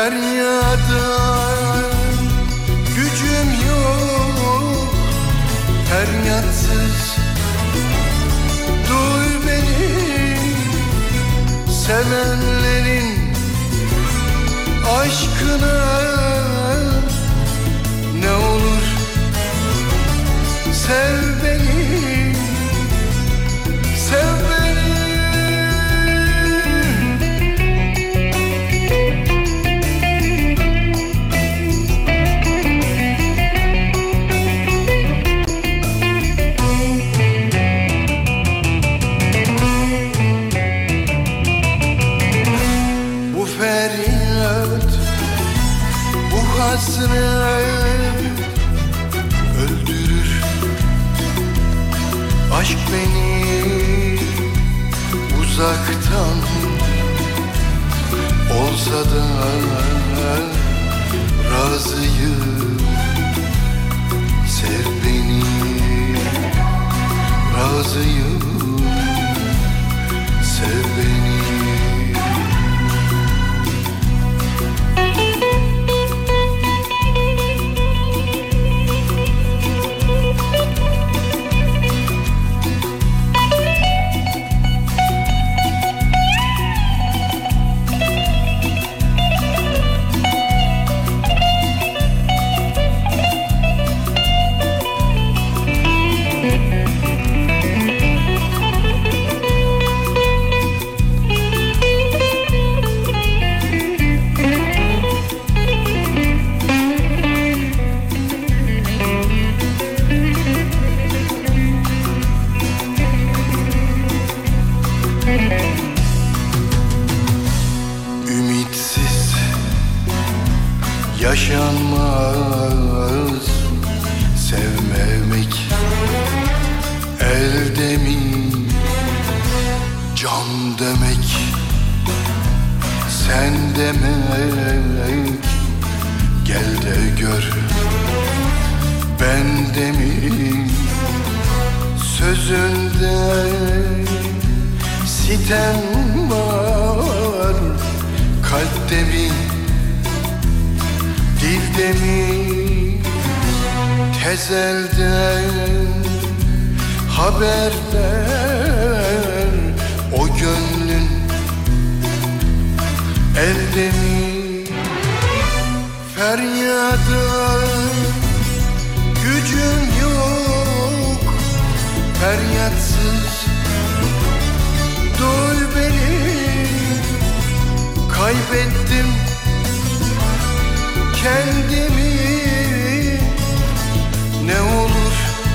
Feryada gücüm yok, feryatsız duy beni. Sevenlerin aşkına ne olur sev beni, sev beni. Bu feryat, bu hasret öldürür. Aşk beni uzaktan olsa da razıyım. Sev beni, razıyım. Sev beni. Ümitsiz yaşanmaz, sevmemek elde mi can demek, sen demek. Gel de gör bende mi sözünde sitem var, kalpte mi, dilde mi, tezelden haber ver. O gönlün elde mi? Feryada gücüm yok, feryatsız duy beni. Kaybettim kendimi, ne olur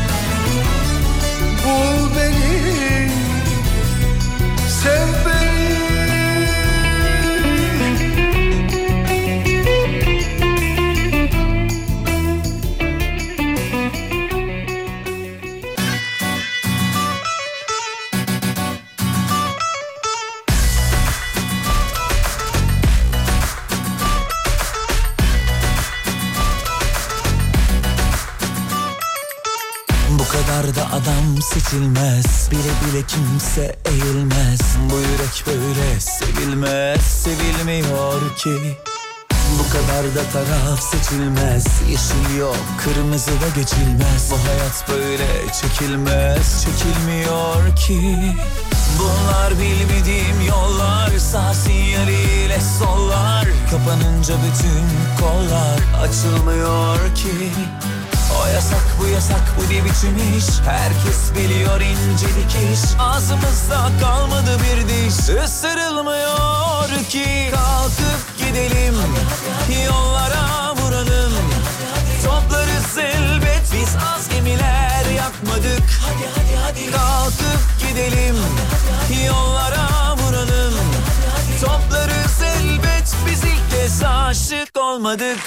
bul beni, sev beni. Da adam seçilmez, bile bile kimse eğilmez. Bu yürek böyle sevilmez, sevilmiyor ki. Bu kadar da taraf seçilmez, yeşil yok, kırmızı da geçilmez. Bu hayat böyle çekilmez, çekilmiyor ki. Bunlar bilmediğim yollar, sağ sinyaliyle sollar. Kapanınca bütün kollar açılmıyor ki. O yasak bu yasak, bu ne biçim iş? Herkes biliyor incelik iş. Ağzımızda kalmadı bir diş, ısırılmıyor ki. Kalkıp gidelim, yollara vuralım. Toplarız elbet, biz az gemiler yakmadık. Kalkıp gidelim, yollara vuralım. Toplarız elbet, biz ilk kez aşık olmadık.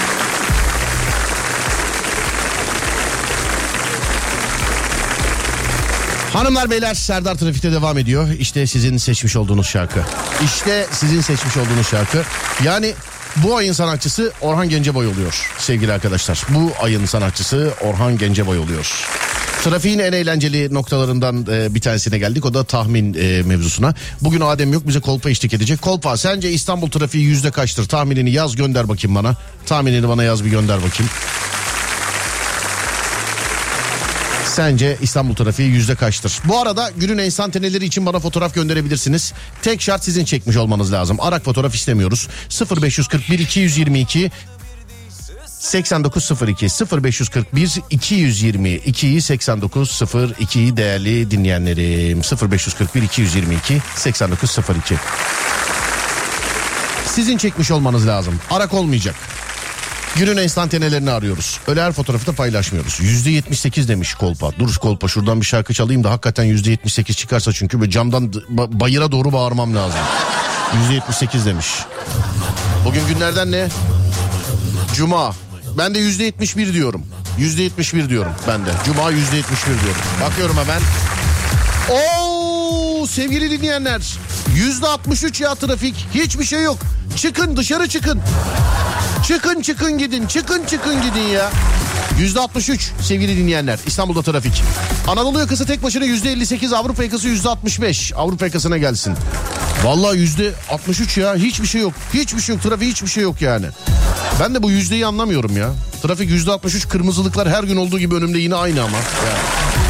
Hanımlar beyler, Serdar Trafik'te devam ediyor. İşte sizin seçmiş olduğunuz şarkı. İşte sizin seçmiş olduğunuz şarkı. Yani bu ayın sanatçısı Orhan Gencebay oluyor sevgili arkadaşlar. Bu ayın sanatçısı Orhan Gencebay oluyor. Trafiğin en eğlenceli noktalarından bir tanesine geldik. O da tahmin mevzusuna. Bugün Adem yok, bize Kolpa eşlik edecek. Kolpa, sence İstanbul trafiği yüzde kaçtır? Tahminini yaz, gönder bakayım bana. Tahminini bana yaz, bir gönder bakayım. Sence İstanbul trafiği yüzde kaçtır? Bu arada günün enstantaneleri için bana fotoğraf gönderebilirsiniz. Tek şart sizin çekmiş olmanız lazım. Arak fotoğraf istemiyoruz. 0541 222 8902 0541 222 8902 değerli dinleyenlerim. 0541 222 8902. Sizin çekmiş olmanız lazım. Arak olmayacak. Günün enstantanelerini arıyoruz. Öyle her fotoğrafı da paylaşmıyoruz. %78 demiş Kolpa. Dur Kolpa, şuradan bir şarkı çalayım da hakikaten %78 çıkarsa, çünkü böyle camdan bayıra doğru bağırmam lazım. %78 demiş. Bugün günlerden ne? Cuma. Ben de %71 diyorum. %71 diyorum ben de. Cuma %71 diyorum. Bakıyorum hemen. Oo, sevgili dinleyenler. %63 ya trafik. Hiçbir şey yok. Çıkın dışarı çıkın. Çıkın gidin. Çıkın gidin ya. %63 sevgili dinleyenler. İstanbul'da trafik. Anadolu yakası tek başına %58. Avrupa yakası %65. Avrupa yakasına gelsin. Vallahi %63 ya. Hiçbir şey yok. Hiçbir şey yok. Trafik hiçbir şey yok yani. Ben de bu yüzdeyi anlamıyorum ya. Trafik %63, kırmızılıklar her gün olduğu gibi önümde yine aynı ama. Yani.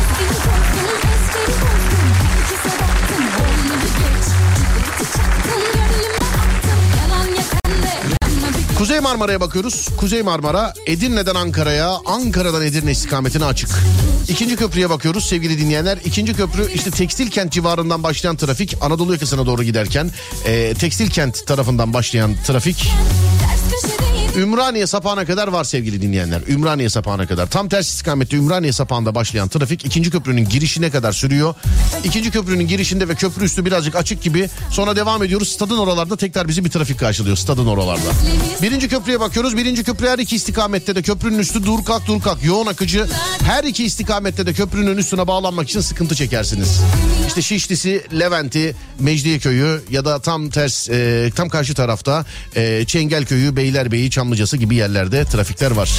Kuzey Marmara'ya bakıyoruz. Kuzey Marmara Edirne'den Ankara'ya, Ankara'dan Edirne istikametine açık. İkinci köprüye bakıyoruz sevgili dinleyenler. İkinci köprü işte Tekstil Kent civarından başlayan trafik Anadolu yakasına doğru giderken Tekstil Kent tarafından başlayan trafik Ümraniye sapağına kadar var sevgili dinleyenler. Ümraniye sapağına kadar. Tam ters istikamette Ümraniye sapağında başlayan trafik ikinci köprünün girişine kadar sürüyor. İkinci köprünün girişinde ve köprü üstü birazcık açık gibi. Sonra devam ediyoruz. Stadın oralarda tekrar bizi bir trafik karşılıyor. Stadın oralarda. Birinci köprüye bakıyoruz. Birinci köprü her iki istikamette de köprünün üstü dur kalk yoğun akıcı. Her iki istikamette de köprünün üstüne bağlanmak için sıkıntı çekersiniz. İşte Şişlisi, Levent'i, Mecidiyeköy'ü ya da tam ters tam karşı tarafta Çengelköy'ü, Beylerbeyi, Çamlıcası gibi yerlerde trafikler var.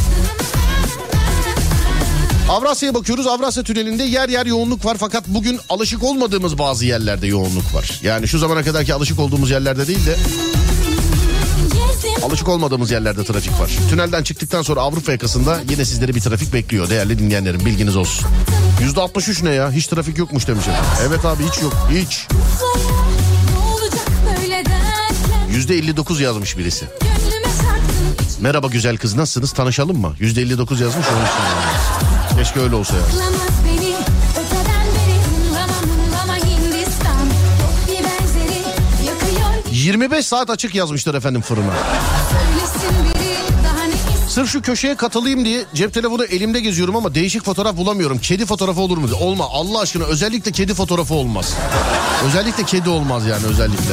Avrasya'ya bakıyoruz. Avrasya Tüneli'nde yer yer yoğunluk var, fakat bugün alışık olmadığımız bazı yerlerde yoğunluk var. Yani şu zamana kadarki alışık olduğumuz yerlerde değil de alışık olmadığımız yerlerde trafik var. Tünelden çıktıktan sonra Avrupa yakasında yine sizleri bir trafik bekliyor değerli dinleyenlerim, bilginiz olsun. %63 ne ya? Hiç trafik yokmuş demiş efendim. Evet abi, hiç yok, hiç. %59 yazmış birisi. Merhaba güzel kız, nasılsınız, tanışalım mı? %59 yazmış, onun için yani. Keşke öyle olsa ya. 25 saat açık yazmışlar efendim fırına. Sırf şu köşeye katılayım diye cep telefonu elimde geziyorum ama değişik fotoğraf bulamıyorum. Kedi fotoğrafı olur mu? Olma Allah aşkına, özellikle kedi fotoğrafı olmaz. Özellikle kedi olmaz yani, özellikle.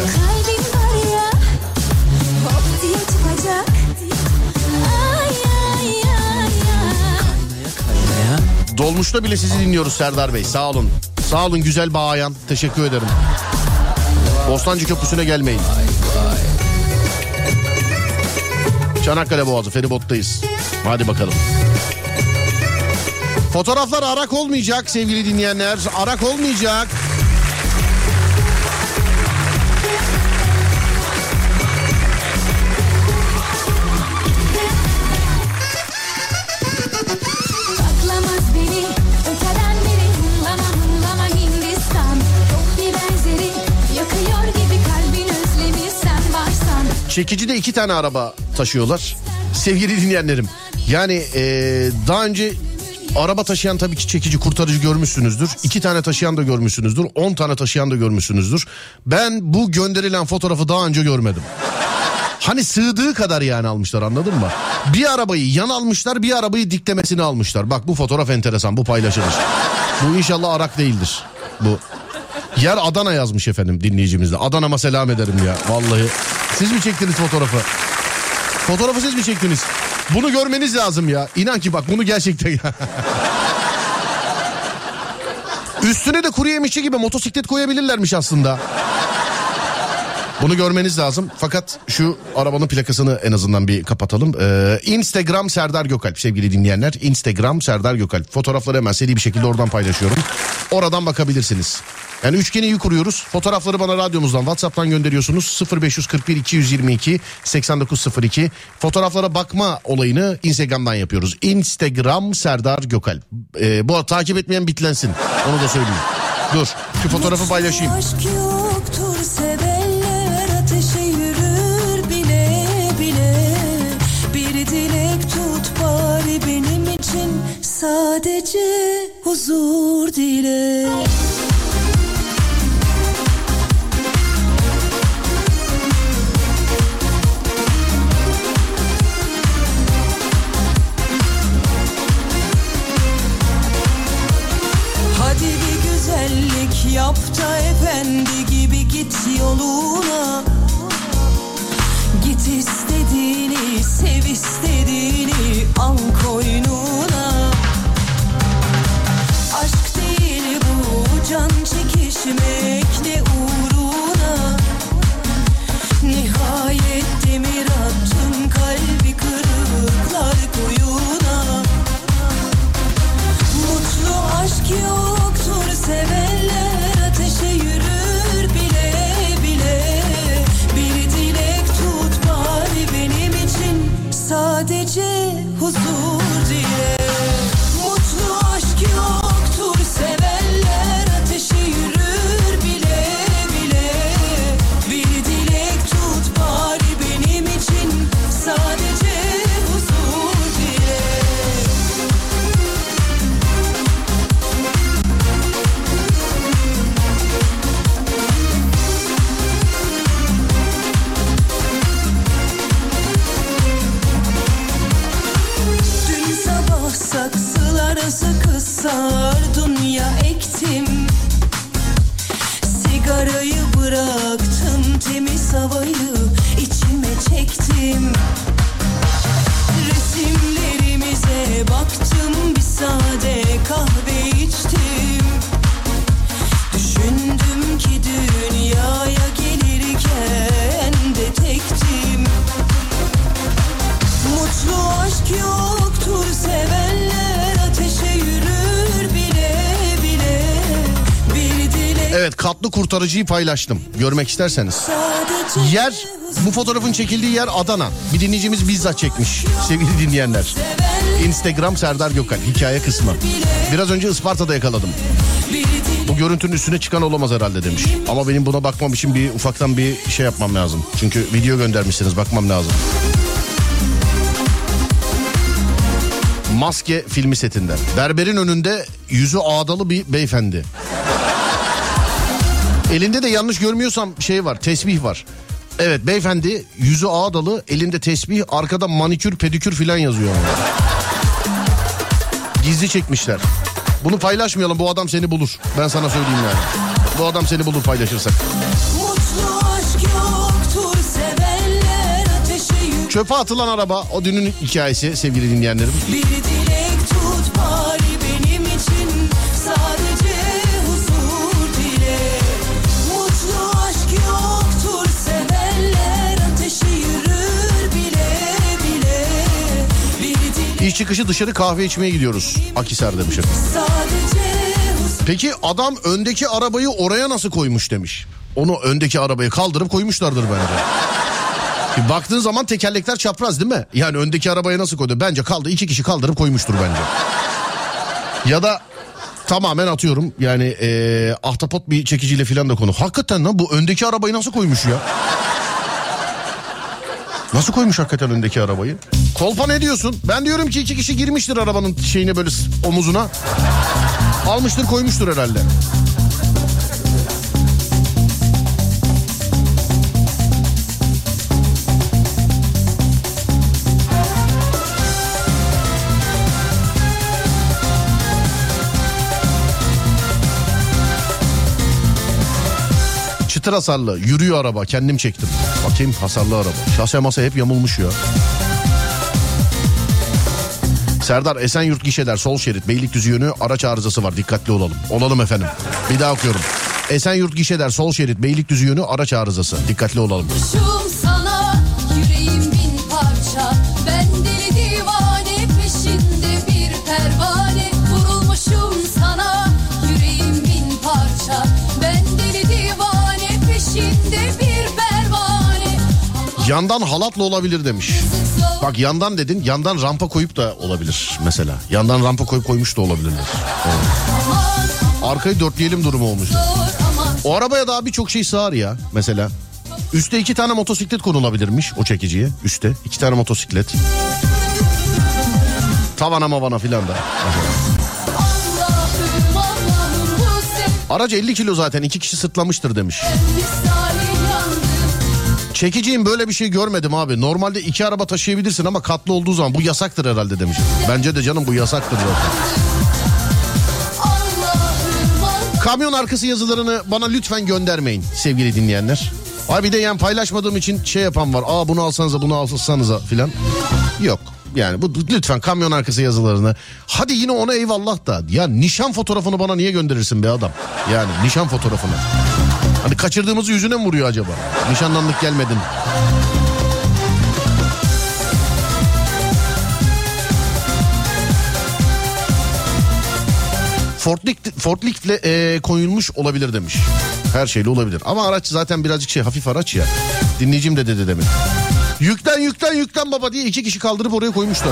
Dolmuşta bile sizi dinliyoruz Serdar Bey, sağ olun. Sağ olun güzel bayan, teşekkür ederim. Bostancı Köprüsü'ne gelmeyin. Çanakkale Boğazı feribottayız. Hadi bakalım. Fotoğraflar arak olmayacak sevgili dinleyenler. Arak olmayacak. Çekicide 2 tane araba taşıyorlar sevgili dinleyenlerim. Yani daha önce araba taşıyan tabii ki çekici, kurtarıcı görmüşsünüzdür. 2 tane taşıyan da görmüşsünüzdür. 10 tane taşıyan da görmüşsünüzdür. Ben bu gönderilen fotoğrafı daha önce görmedim. Hani sığdığı kadar yani almışlar, anladın mı? Bir arabayı yan almışlar, bir arabayı diklemesini almışlar. Bak bu fotoğraf enteresan, bu paylaşılır. Bu inşallah arak değildir bu. Yer Adana yazmış efendim dinleyicimiz de. Adana'ma selam ederim ya vallahi. Siz mi çektiniz fotoğrafı? Fotoğrafı siz mi çektiniz? Bunu görmeniz lazım ya. İnan ki bak bunu gerçekten. Üstüne de kuru yemişçi gibi motosiklet koyabilirlermiş aslında. Bunu görmeniz lazım. Fakat şu arabanın plakasını en azından bir kapatalım. Instagram Serdar Gökalp sevgili dinleyenler. Instagram Serdar Gökalp. Fotoğrafları hemen seri bir şekilde oradan paylaşıyorum. Oradan bakabilirsiniz. Yani üçgeni iyi kuruyoruz. Fotoğrafları bana radyomuzdan, WhatsApp'tan gönderiyorsunuz. 0541 222 8902. Fotoğraflara bakma olayını Instagram'dan yapıyoruz. Instagram Serdar Gökalp. Bu takip etmeyen bitlensin. Onu da söyleyeyim. Dur şu fotoğrafı paylaşayım. Aşk yoktur, sevenler ateşe yürür bile bile. Bir dilek tut bari benim için, sadece huzur dile. Hadi bir güzellik yap da efendi gibi git yoluna. Git istediğini, sev istediğini, al koynuna. Aşk değil bu, can çekişmek ne uğruna. Nihayet demir attın kalbi kırıklar koyuna. Mutlu aşk yoktur, sevenler ateşe yürür bile bile. Bir dilek tut bari benim için, sadece huzur dile. Mutlu aşk yoktur, sevenler ateşe yürür bile bile. Bir dilek tut bari benim için, sadece huzur dile. Dün sabah saksılara sakız sardın ya ektim. Sigarayı bıraktım, temiz havayı içime çektim. Resimlerimize baktım, bir sade kahve içtim. Düşündüm ki dünyaya gelirken de tektim. Mutlu aşk yoktur, sevenler ateşe yürür bile bile. Bir dilek Evet, katlı kurtarıcıyı paylaştım. Görmek isterseniz. sadece Yer, bu fotoğrafın çekildiği yer Adana. Bir dinleyicimiz bizzat çekmiş sevgili dinleyenler. Instagram Serdar Gökalp hikaye kısmı. Biraz önce Isparta'da yakaladım. bir dilek. Bu görüntünün üstüne çıkan olamaz herhalde demiş. Ama benim buna bakmam için bir ufaktan bir şey yapmam lazım. Çünkü video göndermişsiniz, bakmam lazım. Maske filmi setinden. Berberin önünde yüzü ağdalı bir beyefendi. Elinde de yanlış görmüyorsam şey var, tesbih var. Evet, beyefendi yüzü ağdalı, elinde tesbih, arkada manikür pedikür filan yazıyor. Gizli çekmişler. Bunu paylaşmayalım, bu adam seni bulur. Ben sana söyleyeyim yani. Bu adam seni bulur paylaşırsak. Mutlu aşk yoktur, sevenler ateşe yürür. Çöpe atılan araba, o dünün hikayesi sevgili dinleyenlerim. Bir dilek tut bari benim için, sadece huzur dile. Mutlu aşk yoktur, sevenler ateşe yürür bile bile. Bir dilek İş çıkışı dışarı kahve içmeye gidiyoruz. Akhisar demiş efendim. sadece huzur. Peki adam öndeki arabayı oraya nasıl koymuş demiş. Onu öndeki arabayı kaldırıp koymuşlardır bence. Bir baktığın zaman tekerlekler çapraz değil mi? Yani öndeki arabaya nasıl koydu? Bence kaldı, 2 kişi kaldırıp koymuştur bence. Ya da tamamen atıyorum yani ahtapot bir çekiciyle filan da konu. Hakikaten lan, bu öndeki arabayı nasıl koymuş ya? Nasıl koymuş hakikaten öndeki arabayı? Kolpa ne diyorsun? Ben diyorum ki 2 kişi girmiştir arabanın şeyine, böyle omuzuna. Almıştır koymuştur herhalde. Çıtır hasarlı, yürüyor araba, kendim çektim. Bakayım, hasarlı araba. Şase masa hep yamulmuş ya. Serdar, Esenyurt gişeler sol şerit, Beylikdüzü yönü araç arızası var, dikkatli olalım. Olalım efendim. Bir daha okuyorum. Esenyurt Gişeder sol şerit Beylikdüzü yönü araç arızası. Dikkatli olalım. Vurulmuşum sana, yüreğim bin parça. Ben deli divane, peşinde bir pervane. Vurulmuşum sana, yüreğim bin parça. Ben deli divane, peşinde bir pervane. Yandan halatla olabilir demiş. Bak yandan dedin, yandan rampa koyup da olabilir mesela. Yandan rampa koymuş da olabilirler. Evet. Arkayı dörtleyelim durumu olmuş. O arabaya daha birçok şey sığar ya mesela. Üste 2 tane motosiklet konulabilirmiş o çekiciye. Üste 2 tane motosiklet. Tavana mavana filan da. Araç 50 kilo zaten 2 kişi sırtlamıştır demiş. Çekiciğim böyle bir şey görmedim abi. Normalde 2 araba taşıyabilirsin ama katlı olduğu zaman bu yasaktır herhalde demiş. Bence de canım bu yasaktır zaten. Kamyon arkası yazılarını bana lütfen göndermeyin sevgili dinleyenler. Abi de yani paylaşmadığım için şey yapan var. Aa bunu alsanıza bunu alsanıza filan. Yok yani bu lütfen kamyon arkası yazılarını. Hadi yine ona eyvallah da. Ya nişan fotoğrafını bana niye gönderirsin be adam? Yani nişan fotoğrafını. Hani kaçırdığımızı yüzüne mi vuruyor acaba? Nişanlandık gelmedin. Forkliftle koyulmuş olabilir demiş. Her şeyle olabilir. Ama araç zaten birazcık hafif araç ya. Dinleyicim de dedi demin. Yüklen baba diye 2 kişi kaldırıp oraya koymuşlar.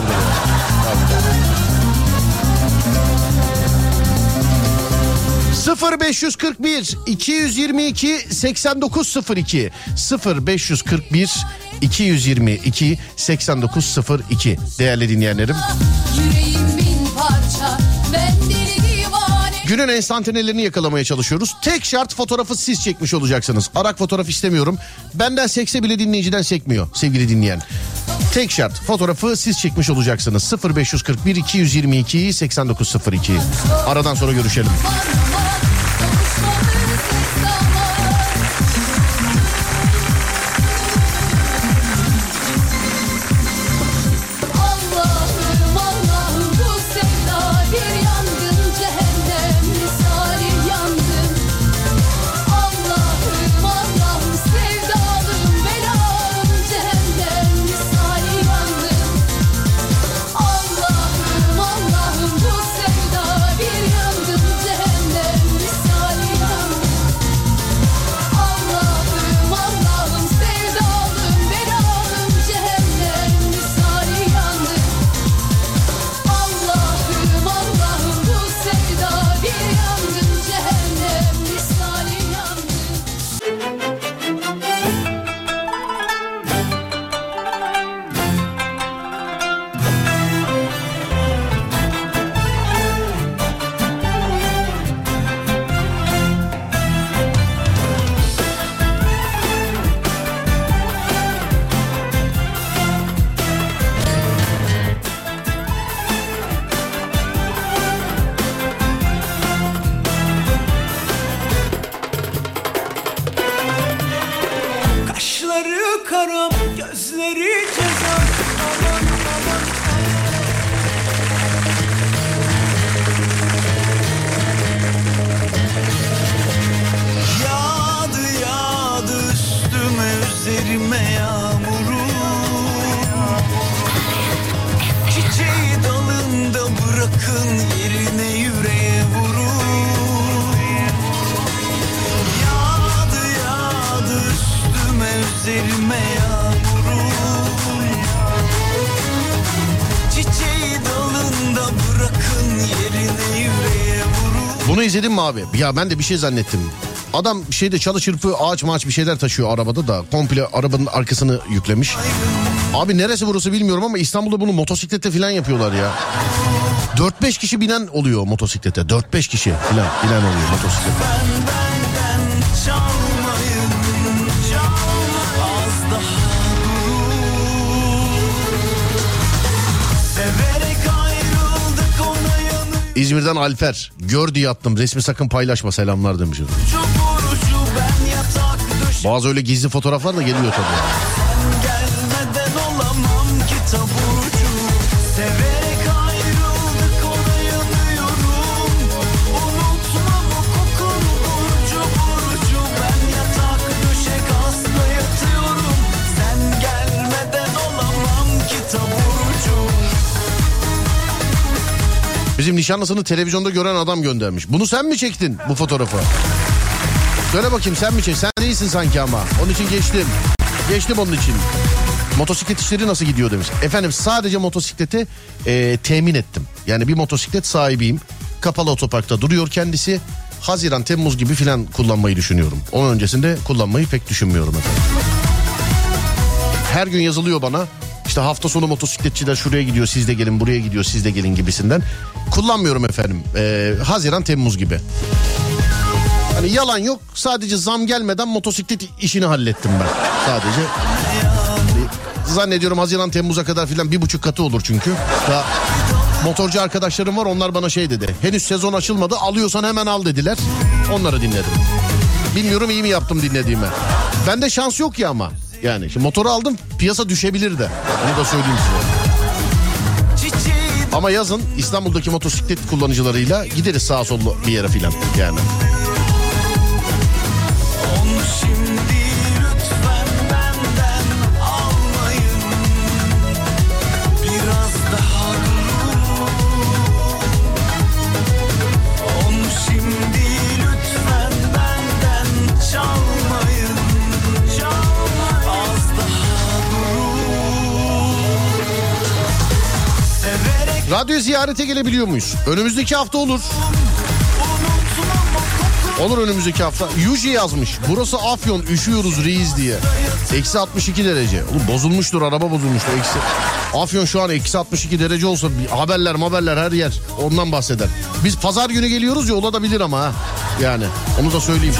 Yani. 0541 222 8902 0541 222 8902 değerli dinleyenlerim. Yüreğim bin parça, ben deli divane. Günün enstantanelerini yakalamaya çalışıyoruz. Tek şart fotoğrafı siz çekmiş olacaksınız. Arak fotoğraf istemiyorum. Benden sekse bile dinleyiciden sekmiyor sevgili dinleyen. Tek şart fotoğrafı siz çekmiş olacaksınız. 0541 222 8902. Aradan sonra görüşelim. Bunu izledin mi abi? Ya ben de bir şey zannettim. Adam çalı çırpı ağaç maaç bir şeyler taşıyor arabada da komple arabanın arkasını yüklemiş. Abi neresi burası bilmiyorum ama İstanbul'da bunu motosiklette falan yapıyorlar ya. 4-5 kişi binen oluyor motosiklete. 4-5 kişi falan binen oluyor motosiklete. İzmir'den Alper. Gör diye attım. Resmi sakın paylaşma. Selamlar demiş. Bazı öyle gizli fotoğraflar da geliyor tabii. Bizim nişanlısını televizyonda gören adam göndermiş. Bunu sen mi çektin bu fotoğrafı? Söyle bakayım, sen mi çektin? Sen iyisin sanki ama. Onun için geçtim. Geçtim onun için. Motosiklet işleri nasıl gidiyor demiş. Efendim sadece motosikleti temin ettim. Yani bir motosiklet sahibiyim. Kapalı otoparkta duruyor kendisi. Haziran, Temmuz gibi filan kullanmayı düşünüyorum. Onun öncesinde kullanmayı pek düşünmüyorum efendim. Her gün yazılıyor bana. İşte hafta sonu motosikletçiler şuraya gidiyor, siz de gelin, buraya gidiyor, siz de gelin gibisinden. Kullanmıyorum efendim. Haziran, Temmuz gibi. Hani yalan yok. Sadece zam gelmeden motosiklet işini hallettim ben. Sadece. Zannediyorum Haziran, Temmuz'a kadar filan 1,5 katı olur çünkü. Daha motorcu arkadaşlarım var, onlar bana şey dedi. Henüz sezon açılmadı, alıyorsan hemen al dediler. Onları dinledim. Bilmiyorum iyi mi yaptım dinlediğime. Bende şans yok ya ama. Yani şimdi motoru aldım, piyasa düşebilir de. Onu da söyleyeyim size. Ama yazın İstanbul'daki motosiklet kullanıcılarıyla gideriz sağa sola bir yere filan yani. Radyo ziyarete gelebiliyor muyuz? Önümüzdeki hafta olur. Olur önümüzdeki hafta. Yuji yazmış. Burası Afyon, üşüyoruz reis diye. Eksi 62 derece. Oğlum bozulmuştur, araba bozulmuştur. Afyon şu an eksi 62 derece olsa haberler her yer ondan bahseder. Biz pazar günü geliyoruz ya, olabilir ama ha. Yani onu da söyleyeyim.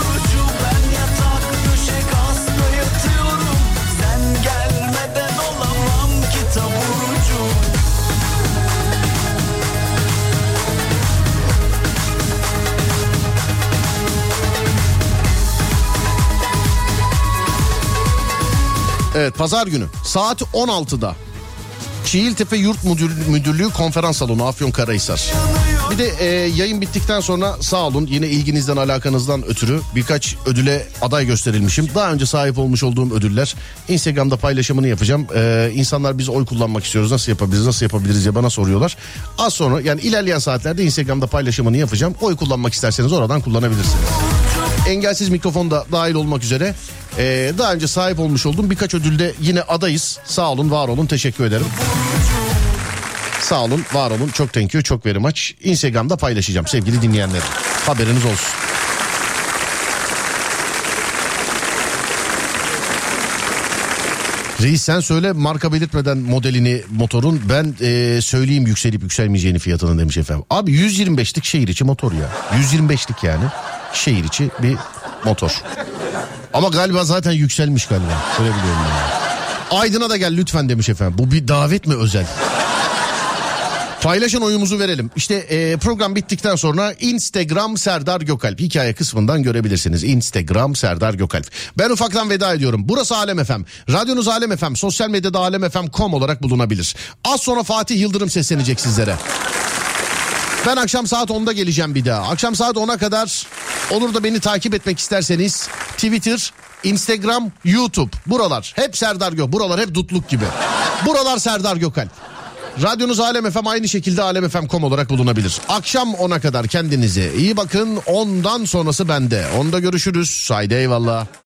Evet, pazar günü saat 16'da Çiğiltepe Yurt Müdürlüğü Konferans Salonu, Afyonkarahisar. Bir de yayın bittikten sonra sağ olun yine ilginizden alakanızdan ötürü birkaç ödüle aday gösterilmişim. Daha önce sahip olmuş olduğum ödüller. Instagram'da paylaşımını yapacağım. İnsanlar biz oy kullanmak istiyoruz, nasıl yapabiliriz diye bana soruyorlar. Az sonra yani ilerleyen saatlerde Instagram'da paylaşımını yapacağım. Oy kullanmak isterseniz oradan kullanabilirsiniz. Engelsiz mikrofon da dahil olmak üzere daha önce sahip olmuş olduğum birkaç ödülde yine adayız. Sağ olun, var olun, teşekkür ederim. Sağ olun, var olun, çok thank you, çok very much. Instagram'da paylaşacağım sevgili dinleyenlerim. Haberiniz olsun. Reis sen söyle marka belirtmeden modelini motorun, ben söyleyeyim yükselip yükselmeyeceğini fiyatını demiş efendim. Abi 125'lik şehir içi motor ya. 125'lik yani şehir içi bir motor. Ama galiba zaten yükselmiş galiba. Öyle biliyorum ben. Aydın'a da gel lütfen demiş efendim. Bu bir davet mi özel? Paylaşın, oyumuzu verelim. İşte program bittikten sonra Instagram Serdar Gökalp hikaye kısmından görebilirsiniz. Instagram Serdar Gökalp. Ben ufaktan veda ediyorum. Burası Alem FM. Radyonuz Alem FM. Sosyal medyada alemfm.com olarak bulunabilir. Az sonra Fatih Yıldırım seslenecek sizlere. Ben akşam saat 10'da geleceğim bir daha. Akşam saat 10'a kadar olur da beni takip etmek isterseniz Twitter, Instagram, YouTube. Buralar hep Serdar Gökalp. Buralar hep dutluk gibi. Buralar Serdar Gökalp. Radyonuz Alem FM aynı şekilde alemfm.com olarak bulunabilir. Akşam 10'a kadar kendinize iyi bakın. 10'dan sonrası bende. 10'da görüşürüz. Haydi eyvallah.